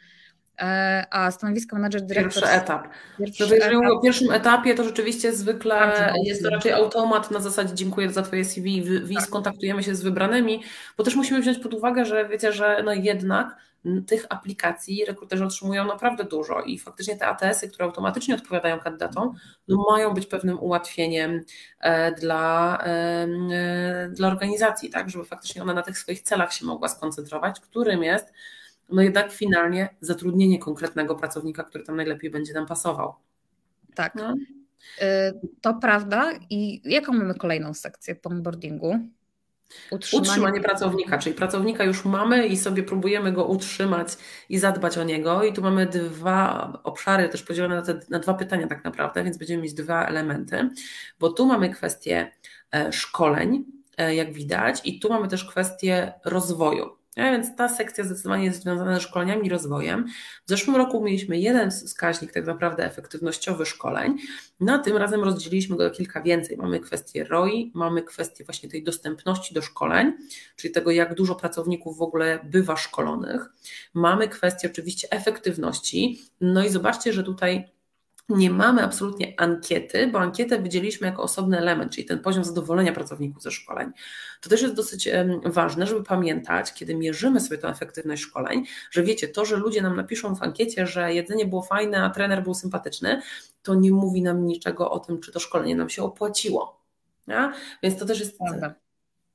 B: a stanowisko menadżer dyrektor...
A: Pierwszy etap. Jeżeli mówię o pierwszym etapie, to rzeczywiście zwykle jest to raczej automat na zasadzie dziękuję za Twoje CV, skontaktujemy się z wybranymi, bo też musimy wziąć pod uwagę, że wiecie, że no jednak tych aplikacji rekruterzy otrzymują naprawdę dużo i faktycznie te ATS-y, które automatycznie odpowiadają kandydatom, no mają być pewnym ułatwieniem dla organizacji, tak, żeby faktycznie ona na tych swoich celach się mogła skoncentrować, którym jest no jednak finalnie zatrudnienie konkretnego pracownika, który tam najlepiej będzie nam pasował.
B: Tak, no. To prawda. I jaką mamy kolejną sekcję po onboardingu?
A: Utrzymanie pracownika, czyli pracownika już mamy i sobie próbujemy go utrzymać i zadbać o niego. I tu mamy dwa obszary też podzielone na dwa pytania tak naprawdę, więc będziemy mieć dwa elementy, bo tu mamy kwestię szkoleń, jak widać, i tu mamy też kwestię rozwoju. Więc ta sekcja zdecydowanie jest związana ze szkoleniami i rozwojem. W zeszłym roku mieliśmy jeden wskaźnik tak naprawdę efektywnościowy szkoleń. Na tym razem rozdzieliliśmy go do kilka więcej. Mamy kwestię ROI, mamy kwestię właśnie tej dostępności do szkoleń, czyli tego jak dużo pracowników w ogóle bywa szkolonych. Mamy kwestię oczywiście efektywności. No i zobaczcie, że tutaj nie mamy absolutnie ankiety, bo ankietę wydzieliliśmy jako osobny element, czyli ten poziom zadowolenia pracowników ze szkoleń. To też jest dosyć ważne, żeby pamiętać, kiedy mierzymy sobie tę efektywność szkoleń, że wiecie, to, że ludzie nam napiszą w ankiecie, że jedzenie było fajne, a trener był sympatyczny, to nie mówi nam niczego o tym, czy to szkolenie nam się opłaciło. Ja? Więc to też jest...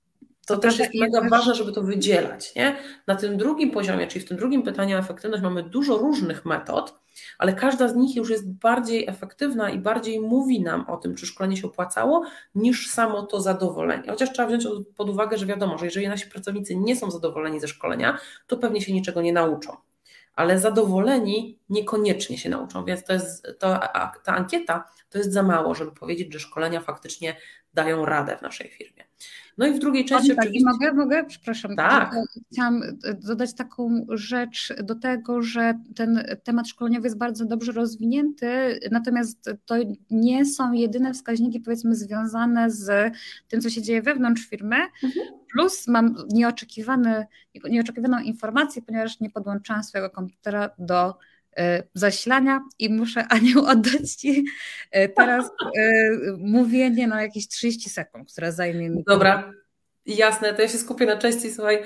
A: To też jest mega ważne, żeby to wydzielać, nie? Na tym drugim poziomie, czyli w tym drugim pytaniu o efektywność mamy dużo różnych metod, ale każda z nich już jest bardziej efektywna i bardziej mówi nam o tym, czy szkolenie się opłacało, niż samo to zadowolenie. Chociaż trzeba wziąć pod uwagę, że wiadomo, że jeżeli nasi pracownicy nie są zadowoleni ze szkolenia, to pewnie się niczego nie nauczą. Ale zadowoleni niekoniecznie się nauczą, więc ta ankieta to jest za mało, żeby powiedzieć, że szkolenia faktycznie dają radę w naszej firmie. No i w drugiej części oczywiście...
B: Mogę? Przepraszam.
A: Tak.
B: Chciałam dodać taką rzecz do tego, że ten temat szkoleniowy jest bardzo dobrze rozwinięty, natomiast to nie są jedyne wskaźniki, powiedzmy, związane z tym, co się dzieje wewnątrz firmy. Plus mam nieoczekiwaną informację, ponieważ nie podłączyłam swojego komputera do zasilania i muszę, Aniu, oddać Ci teraz mówienie na jakieś 30 sekund, które zajmie mi.
A: Dobra, jasne, to ja się skupię na części, słuchaj,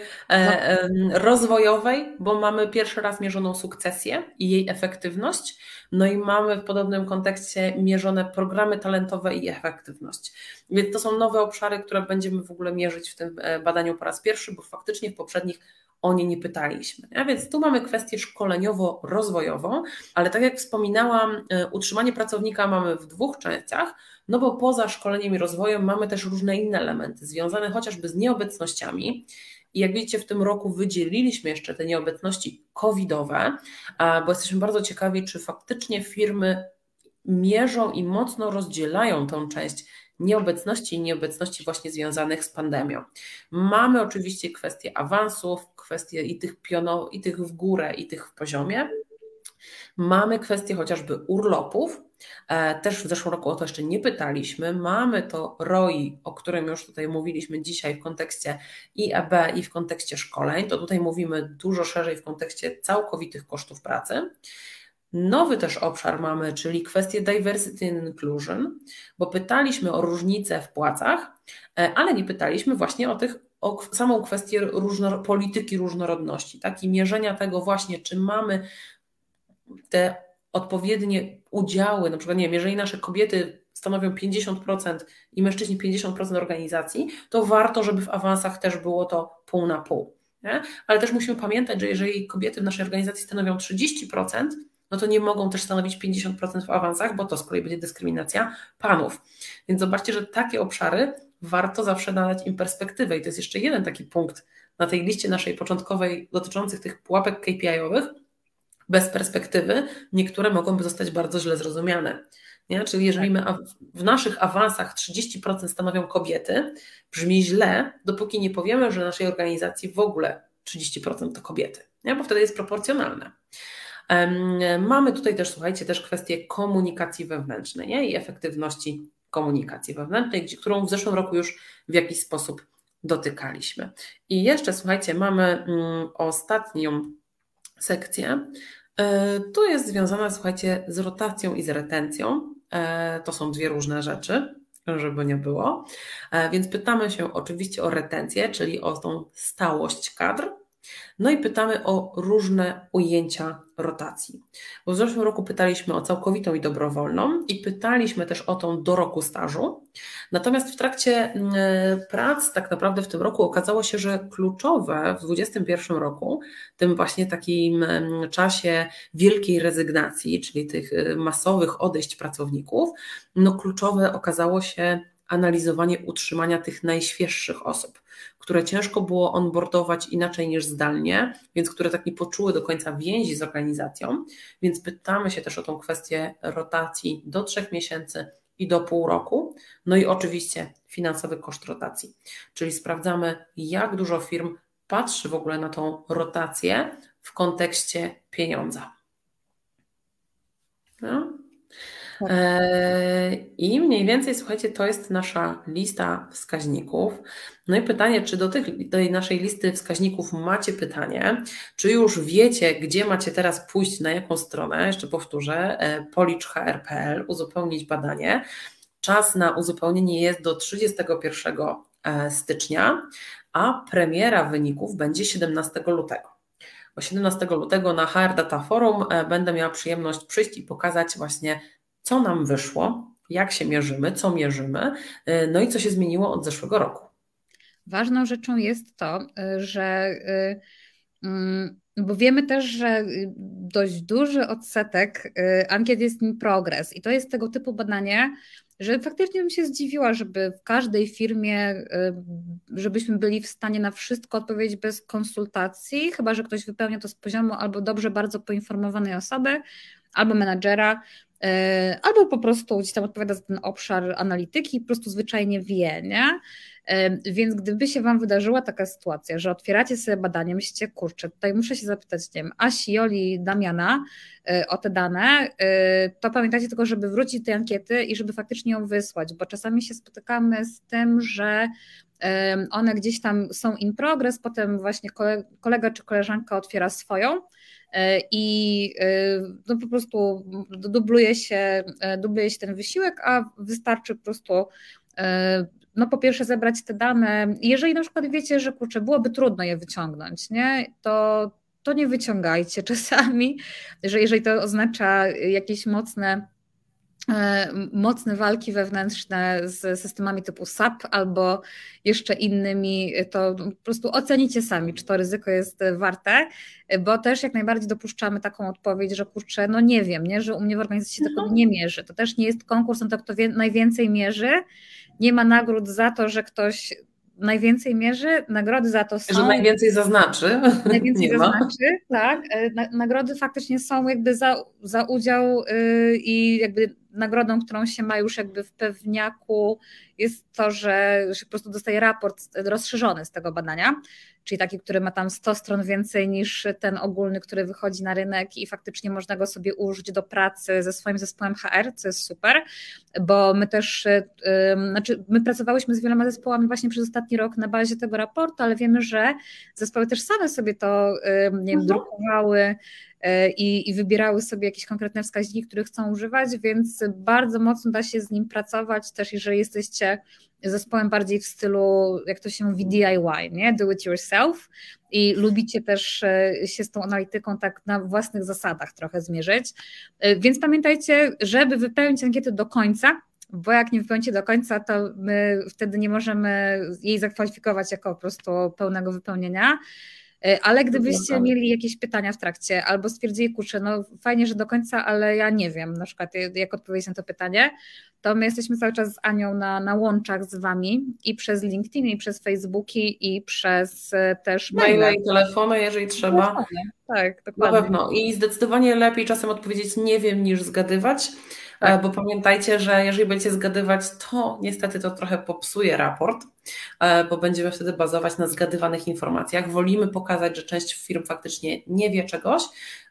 A: rozwojowej, bo mamy pierwszy raz mierzoną sukcesję i jej efektywność, no i mamy w podobnym kontekście mierzone programy talentowe i efektywność. Więc to są nowe obszary, które będziemy w ogóle mierzyć w tym badaniu po raz pierwszy, bo faktycznie w poprzednich o nie nie pytaliśmy. A więc tu mamy kwestię szkoleniowo-rozwojową, ale tak jak wspominałam, utrzymanie pracownika mamy w dwóch częściach, no bo poza szkoleniem i rozwojem mamy też różne inne elementy związane chociażby z nieobecnościami. I jak widzicie, w tym roku wydzieliliśmy jeszcze te nieobecności covidowe, bo jesteśmy bardzo ciekawi, czy faktycznie firmy mierzą i mocno rozdzielają tą część nieobecności i nieobecności właśnie związanych z pandemią. Mamy oczywiście kwestie awansów, kwestie i tych w górę, i tych w poziomie. Mamy kwestie chociażby urlopów. Też w zeszłym roku o to jeszcze nie pytaliśmy. Mamy to ROI, o którym już tutaj mówiliśmy dzisiaj w kontekście IEB i w kontekście szkoleń. To tutaj mówimy dużo szerzej w kontekście całkowitych kosztów pracy. Nowy też obszar mamy, czyli kwestię diversity and inclusion, bo pytaliśmy o różnice w płacach, ale nie pytaliśmy właśnie o samą kwestię polityki różnorodności, tak? I mierzenia tego właśnie, czy mamy te odpowiednie udziały, na przykład nie wiem, jeżeli nasze kobiety stanowią 50% i mężczyźni 50% organizacji, to warto, żeby w awansach też było to pół na pół. Nie? Ale też musimy pamiętać, że jeżeli kobiety w naszej organizacji stanowią 30%, no to nie mogą też stanowić 50% w awansach, bo to z kolei będzie dyskryminacja panów. Więc zobaczcie, że takie obszary warto zawsze nadać im perspektywę i to jest jeszcze jeden taki punkt na tej liście naszej początkowej dotyczących tych pułapek KPI-owych. Bez perspektywy niektóre mogą zostać bardzo źle zrozumiane. Nie? Czyli jeżeli my w naszych awansach 30% stanowią kobiety, brzmi źle, dopóki nie powiemy, że w naszej organizacji w ogóle 30% to kobiety, nie? Bo wtedy jest proporcjonalne. Mamy tutaj też, słuchajcie, też kwestię komunikacji wewnętrznej, nie? I efektywności komunikacji wewnętrznej, którą w zeszłym roku już w jakiś sposób dotykaliśmy. I jeszcze, słuchajcie, mamy ostatnią sekcję. Tu jest związana, słuchajcie, z rotacją i z retencją. To są dwie różne rzeczy, żeby nie było. Więc pytamy się oczywiście o retencję, czyli o tą stałość kadr. No i pytamy o różne ujęcia rotacji. Bo w zeszłym roku pytaliśmy o całkowitą i dobrowolną i pytaliśmy też o tą do roku stażu. Natomiast w trakcie prac tak naprawdę w tym roku okazało się, że kluczowe w 2021 roku, tym właśnie takim czasie wielkiej rezygnacji, czyli tych masowych odejść pracowników, no kluczowe okazało się analizowanie utrzymania tych najświeższych osób, które ciężko było onboardować inaczej niż zdalnie, więc które tak nie poczuły do końca więzi z organizacją, więc pytamy się też o tą kwestię rotacji do 3 miesięcy i do pół roku, no i oczywiście finansowy koszt rotacji, czyli sprawdzamy, jak dużo firm patrzy w ogóle na tą rotację w kontekście pieniądza. No. I mniej więcej, słuchajcie, to jest nasza lista wskaźników. No i pytanie, czy do tej naszej listy wskaźników macie pytanie, czy już wiecie, gdzie macie teraz pójść, na jaką stronę, jeszcze powtórzę, policz.hr.pl, uzupełnić badanie. Czas na uzupełnienie jest do 31 stycznia, a premiera wyników będzie 17 lutego. Bo 17 lutego na HR Data Forum będę miała przyjemność przyjść i pokazać właśnie, co nam wyszło, jak się mierzymy, co mierzymy, no i co się zmieniło od zeszłego roku.
B: Ważną rzeczą jest to, że bo wiemy też, że dość duży odsetek ankiet jest in progress i to jest tego typu badanie, że faktycznie bym się zdziwiła, żeby w każdej firmie, żebyśmy byli w stanie na wszystko odpowiedzieć bez konsultacji, chyba że ktoś wypełnia to z poziomu albo dobrze bardzo poinformowanej osoby, albo menadżera, albo po prostu gdzieś tam odpowiada za ten obszar analityki i po prostu zwyczajnie wie, nie? Więc gdyby się Wam wydarzyła taka sytuacja, że otwieracie sobie badanie, myślicie, kurczę, tutaj muszę się zapytać, nie wiem, Asi, Joli, Damiana o te dane, to pamiętajcie tylko, żeby wrócić do tej ankiety i żeby faktycznie ją wysłać, bo czasami się spotykamy z tym, że one gdzieś tam są in progress, potem właśnie kolega czy koleżanka otwiera swoją i no po prostu dubluje się ten wysiłek, a wystarczy po prostu no po pierwsze zebrać te dane. Jeżeli na przykład wiecie, że kurczę, byłoby trudno je wyciągnąć, nie? To nie wyciągajcie czasami, że jeżeli to oznacza jakieś mocne walki wewnętrzne z systemami typu SAP albo jeszcze innymi, to po prostu ocenicie sami, czy to ryzyko jest warte, bo też jak najbardziej dopuszczamy taką odpowiedź, że kurczę, no nie wiem, nie, że u mnie w organizacji się tego nie mierzy. To też nie jest konkurs na to, kto najwięcej mierzy. Nie ma nagród za to, że ktoś najwięcej mierzy, nagrody za to są...
A: Że najwięcej zaznaczy.
B: Najwięcej zaznaczy, tak. Nagrody faktycznie są jakby za udział i jakby nagrodą, którą się ma już jakby w pewniaku jest to, że się po prostu dostaje raport rozszerzony z tego badania, czyli taki, który ma tam 100 stron więcej niż ten ogólny, który wychodzi na rynek i faktycznie można go sobie użyć do pracy ze swoim zespołem HR, co jest super, bo my też, znaczy my pracowałyśmy z wieloma zespołami właśnie przez ostatni rok na bazie tego raportu, ale wiemy, że zespoły też same sobie to nie wiem, drukowały i wybierały sobie jakieś konkretne wskaźniki, których chcą używać, więc bardzo mocno da się z nim pracować, też jeżeli jesteście zespołem bardziej w stylu, jak to się mówi, DIY, nie? Do it yourself i lubicie też się z tą analityką tak na własnych zasadach trochę zmierzyć, więc pamiętajcie, żeby wypełnić ankietę do końca, bo jak nie wypełnicie do końca, to my wtedy nie możemy jej zakwalifikować jako po prostu pełnego wypełnienia. Ale gdybyście mieli jakieś pytania w trakcie albo stwierdzili, kurczę, no fajnie, że do końca, ale ja nie wiem na przykład jak odpowiedzieć na to pytanie, to my jesteśmy cały czas z Anią na łączach z Wami i przez LinkedIn, i przez Facebooki, i przez też
A: maile i telefony, jeżeli trzeba.
B: Dokładnie. Tak, dokładnie.
A: Na pewno i zdecydowanie lepiej czasem odpowiedzieć nie wiem niż zgadywać, tak. Bo pamiętajcie, że jeżeli będziecie zgadywać, to niestety to trochę popsuje raport, bo będziemy wtedy bazować na zgadywanych informacjach. Wolimy pokazać, że część firm faktycznie nie wie czegoś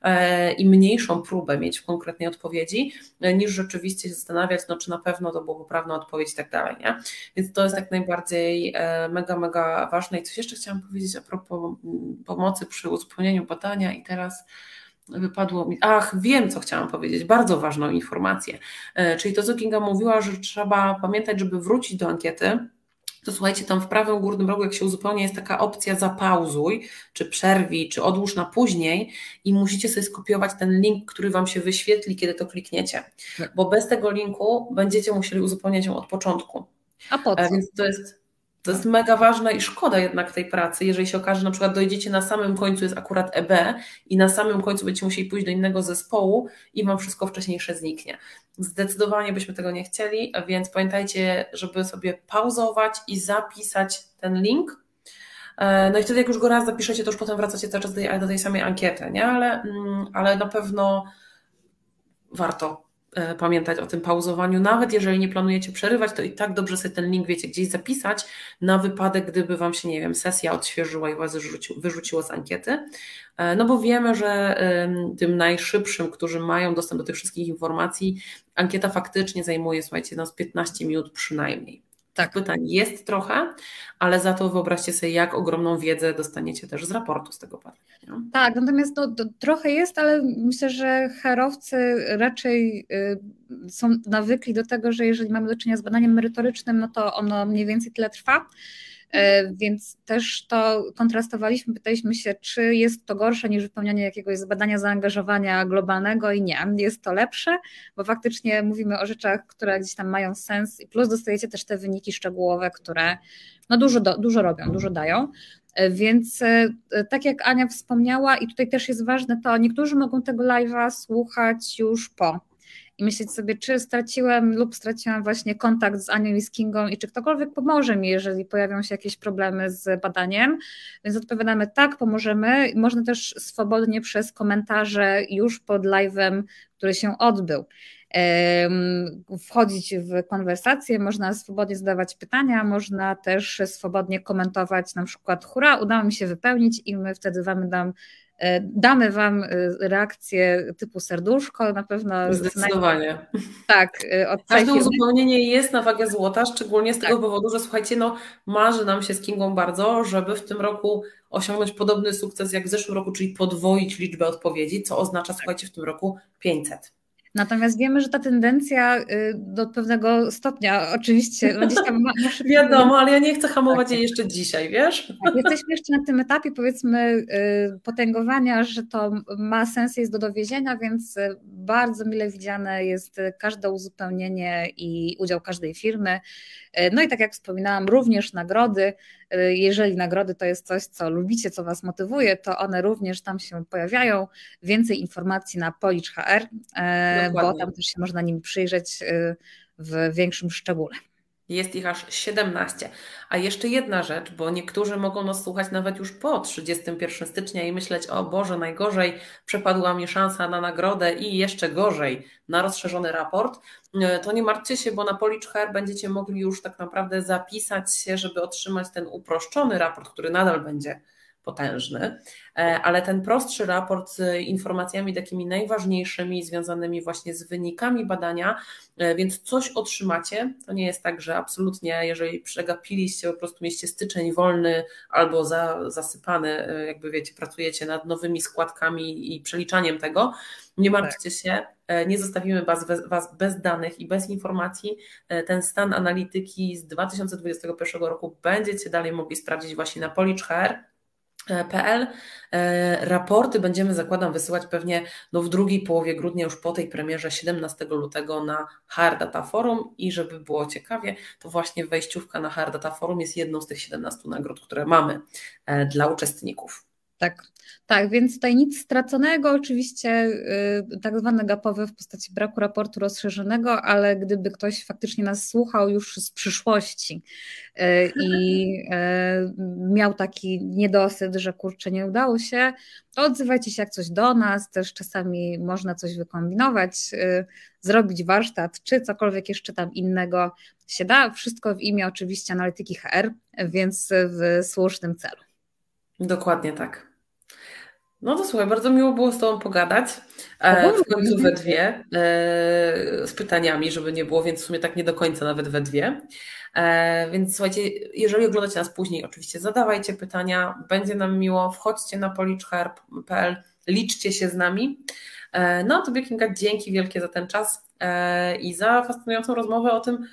A: i mniejszą próbę mieć w konkretnej odpowiedzi, niż rzeczywiście się zastanawiać, no czy na pewno to była poprawna odpowiedź i tak dalej, nie? Więc to jest jak najbardziej mega ważne. I coś jeszcze chciałam powiedzieć a propos pomocy przy uzupełnieniu badania i teraz wypadło mi, wiem co chciałam powiedzieć, bardzo ważną informację, czyli to co Kinga mówiła, że trzeba pamiętać, żeby wrócić do ankiety, to słuchajcie, tam w prawym górnym rogu, jak się uzupełnia, jest taka opcja zapauzuj, czy przerwij, czy odłóż na później i musicie sobie skopiować ten link, który Wam się wyświetli, kiedy to klikniecie, bo bez tego linku będziecie musieli uzupełniać ją od początku.
B: A po co?
A: Więc to jest mega ważne i szkoda jednak tej pracy, jeżeli się okaże, że na przykład dojdziecie na samym końcu, jest akurat EB i na samym końcu będziecie musieli pójść do innego zespołu i Wam wszystko wcześniejsze zniknie. Zdecydowanie byśmy tego nie chcieli, więc pamiętajcie, żeby sobie pauzować i zapisać ten link. No i wtedy jak już go raz zapiszecie, to już potem wracacie cały czas do tej samej ankiety, nie? Ale na pewno warto pamiętać o tym pauzowaniu, nawet jeżeli nie planujecie przerywać, to i tak dobrze sobie ten link, wiecie, gdzieś zapisać na wypadek, gdyby Wam się, nie wiem, sesja odświeżyła i Was wyrzuciło z ankiety, no bo wiemy, że tym najszybszym, którzy mają dostęp do tych wszystkich informacji, ankieta faktycznie zajmuje, słuchajcie, no z 15 minut przynajmniej. Tak. Pytań jest trochę, ale za to wyobraźcie sobie, jak ogromną wiedzę dostaniecie też z raportu z tego badania.
B: Tak, natomiast trochę jest, ale myślę, że HR-owcy raczej są nawykli do tego, że jeżeli mamy do czynienia z badaniem merytorycznym, no to ono mniej więcej tyle trwa. Więc też to kontrastowaliśmy, pytaliśmy się, czy jest to gorsze niż wypełnianie jakiegoś badania zaangażowania globalnego i nie, jest to lepsze, bo faktycznie mówimy o rzeczach, które gdzieś tam mają sens i plus dostajecie też te wyniki szczegółowe, które no dużo robią, dużo dają. Więc tak jak Ania wspomniała i tutaj też jest ważne to, niektórzy mogą tego live'a słuchać już po i myśleć sobie, czy straciłem lub straciłam właśnie kontakt z Anią i z Kingą i czy ktokolwiek pomoże mi, jeżeli pojawią się jakieś problemy z badaniem, więc odpowiadamy tak, pomożemy. Można też swobodnie przez komentarze już pod live'em, który się odbył, wchodzić w konwersację, można swobodnie zadawać pytania, można też swobodnie komentować, na przykład hurra, udało mi się wypełnić i my wtedy damy Wam reakcję typu serduszko, na pewno.
A: Zdecydowanie.
B: Tak, od
A: każde uzupełnienie jest na wagę złota, szczególnie z tego powodu, że słuchajcie, marzy nam się z Kingą bardzo, żeby w tym roku osiągnąć podobny sukces jak w zeszłym roku, czyli podwoić liczbę odpowiedzi, co oznacza, słuchajcie, w tym roku 500.
B: Natomiast wiemy, że ta tendencja do pewnego stopnia oczywiście gdzieś tam
A: wiadomo, ale ja nie chcę hamować jej jeszcze dzisiaj, wiesz?
B: Tak, jesteśmy jeszcze na tym etapie, powiedzmy, potęgowania, że to ma sens, jest do dowiezienia, więc bardzo mile widziane jest każde uzupełnienie i udział każdej firmy. No i tak jak wspominałam, również nagrody. Jeżeli nagrody to jest coś, co lubicie, co Was motywuje, to one również tam się pojawiają. Więcej informacji na Polish HR, bo tam też się można nim przyjrzeć w większym szczególe.
A: Jest ich aż 17. A jeszcze jedna rzecz, bo niektórzy mogą nas słuchać nawet już po 31 stycznia i myśleć, o Boże, najgorzej, przepadła mi szansa na nagrodę i jeszcze gorzej na rozszerzony raport. To nie martwcie się, bo na Polish HR będziecie mogli już tak naprawdę zapisać się, żeby otrzymać ten uproszczony raport, który nadal będzie potężny, ale ten prostszy raport z informacjami takimi najważniejszymi, związanymi właśnie z wynikami badania, więc coś otrzymacie. To nie jest tak, że absolutnie, jeżeli przegapiliście, po prostu mieliście styczeń wolny albo zasypany, jakby wiecie, pracujecie nad nowymi składkami i przeliczaniem tego, nie martwcie się, nie zostawimy Was bez danych i bez informacji. Ten stan analityki z 2021 roku będziecie dalej mogli sprawdzić właśnie na policzhr.pl. Raporty będziemy, zakładam, wysyłać pewnie w drugiej połowie grudnia, już po tej premierze 17 lutego na HR Data Forum i żeby było ciekawie, to właśnie wejściówka na HR Data Forum jest jedną z tych 17 nagród, które mamy dla uczestników.
B: Tak, więc tutaj nic straconego, oczywiście tak zwane gapowe w postaci braku raportu rozszerzonego, ale gdyby ktoś faktycznie nas słuchał już z przyszłości i miał taki niedosyt, że kurczę, nie udało się, to odzywajcie się jak coś do nas, też czasami można coś wykombinować, zrobić warsztat, czy cokolwiek jeszcze tam innego się da, wszystko w imię oczywiście analityki HR, więc w słusznym celu.
A: Dokładnie tak. No to słuchaj, bardzo miło było z Tobą pogadać, w końcu we dwie, z pytaniami, żeby nie było, więc w sumie tak nie do końca nawet we dwie. Więc słuchajcie, jeżeli oglądacie nas później, oczywiście zadawajcie pytania, będzie nam miło, wchodźcie na policzhr.pl, liczcie się z nami. No Tobie, Kinga, dzięki wielkie za ten czas i za fascynującą rozmowę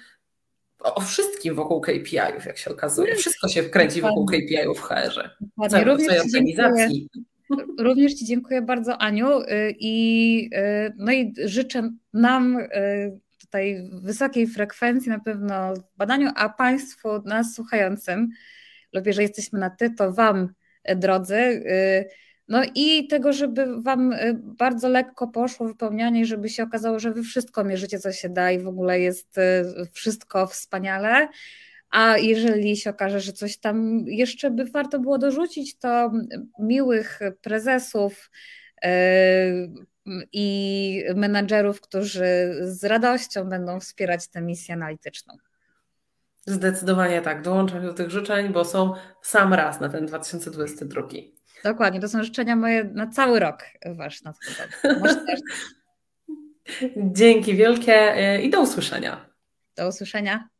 A: o wszystkim wokół KPI-ów, jak się okazuje. Wszystko się kręci wokół KPI-ów w HR-ze. Całej organizacji.
B: Również Ci dziękuję bardzo, Aniu, i życzę nam tutaj wysokiej frekwencji na pewno w badaniu, a Państwu, nas słuchającym, lubię, że jesteśmy na Ty, to Wam, drodzy, no i tego, żeby Wam bardzo lekko poszło wypełnianie, żeby się okazało, że Wy wszystko mierzycie, co się da i w ogóle jest wszystko wspaniale. A jeżeli się okaże, że coś tam jeszcze by warto było dorzucić, to miłych prezesów i menadżerów, którzy z radością będą wspierać tę misję analityczną.
A: Zdecydowanie tak, dołączam się do tych życzeń, bo są w sam raz na ten 2022.
B: Dokładnie, to są życzenia moje na cały rok wasz nadchodzący.
A: Dzięki wielkie i do usłyszenia.
B: Do usłyszenia.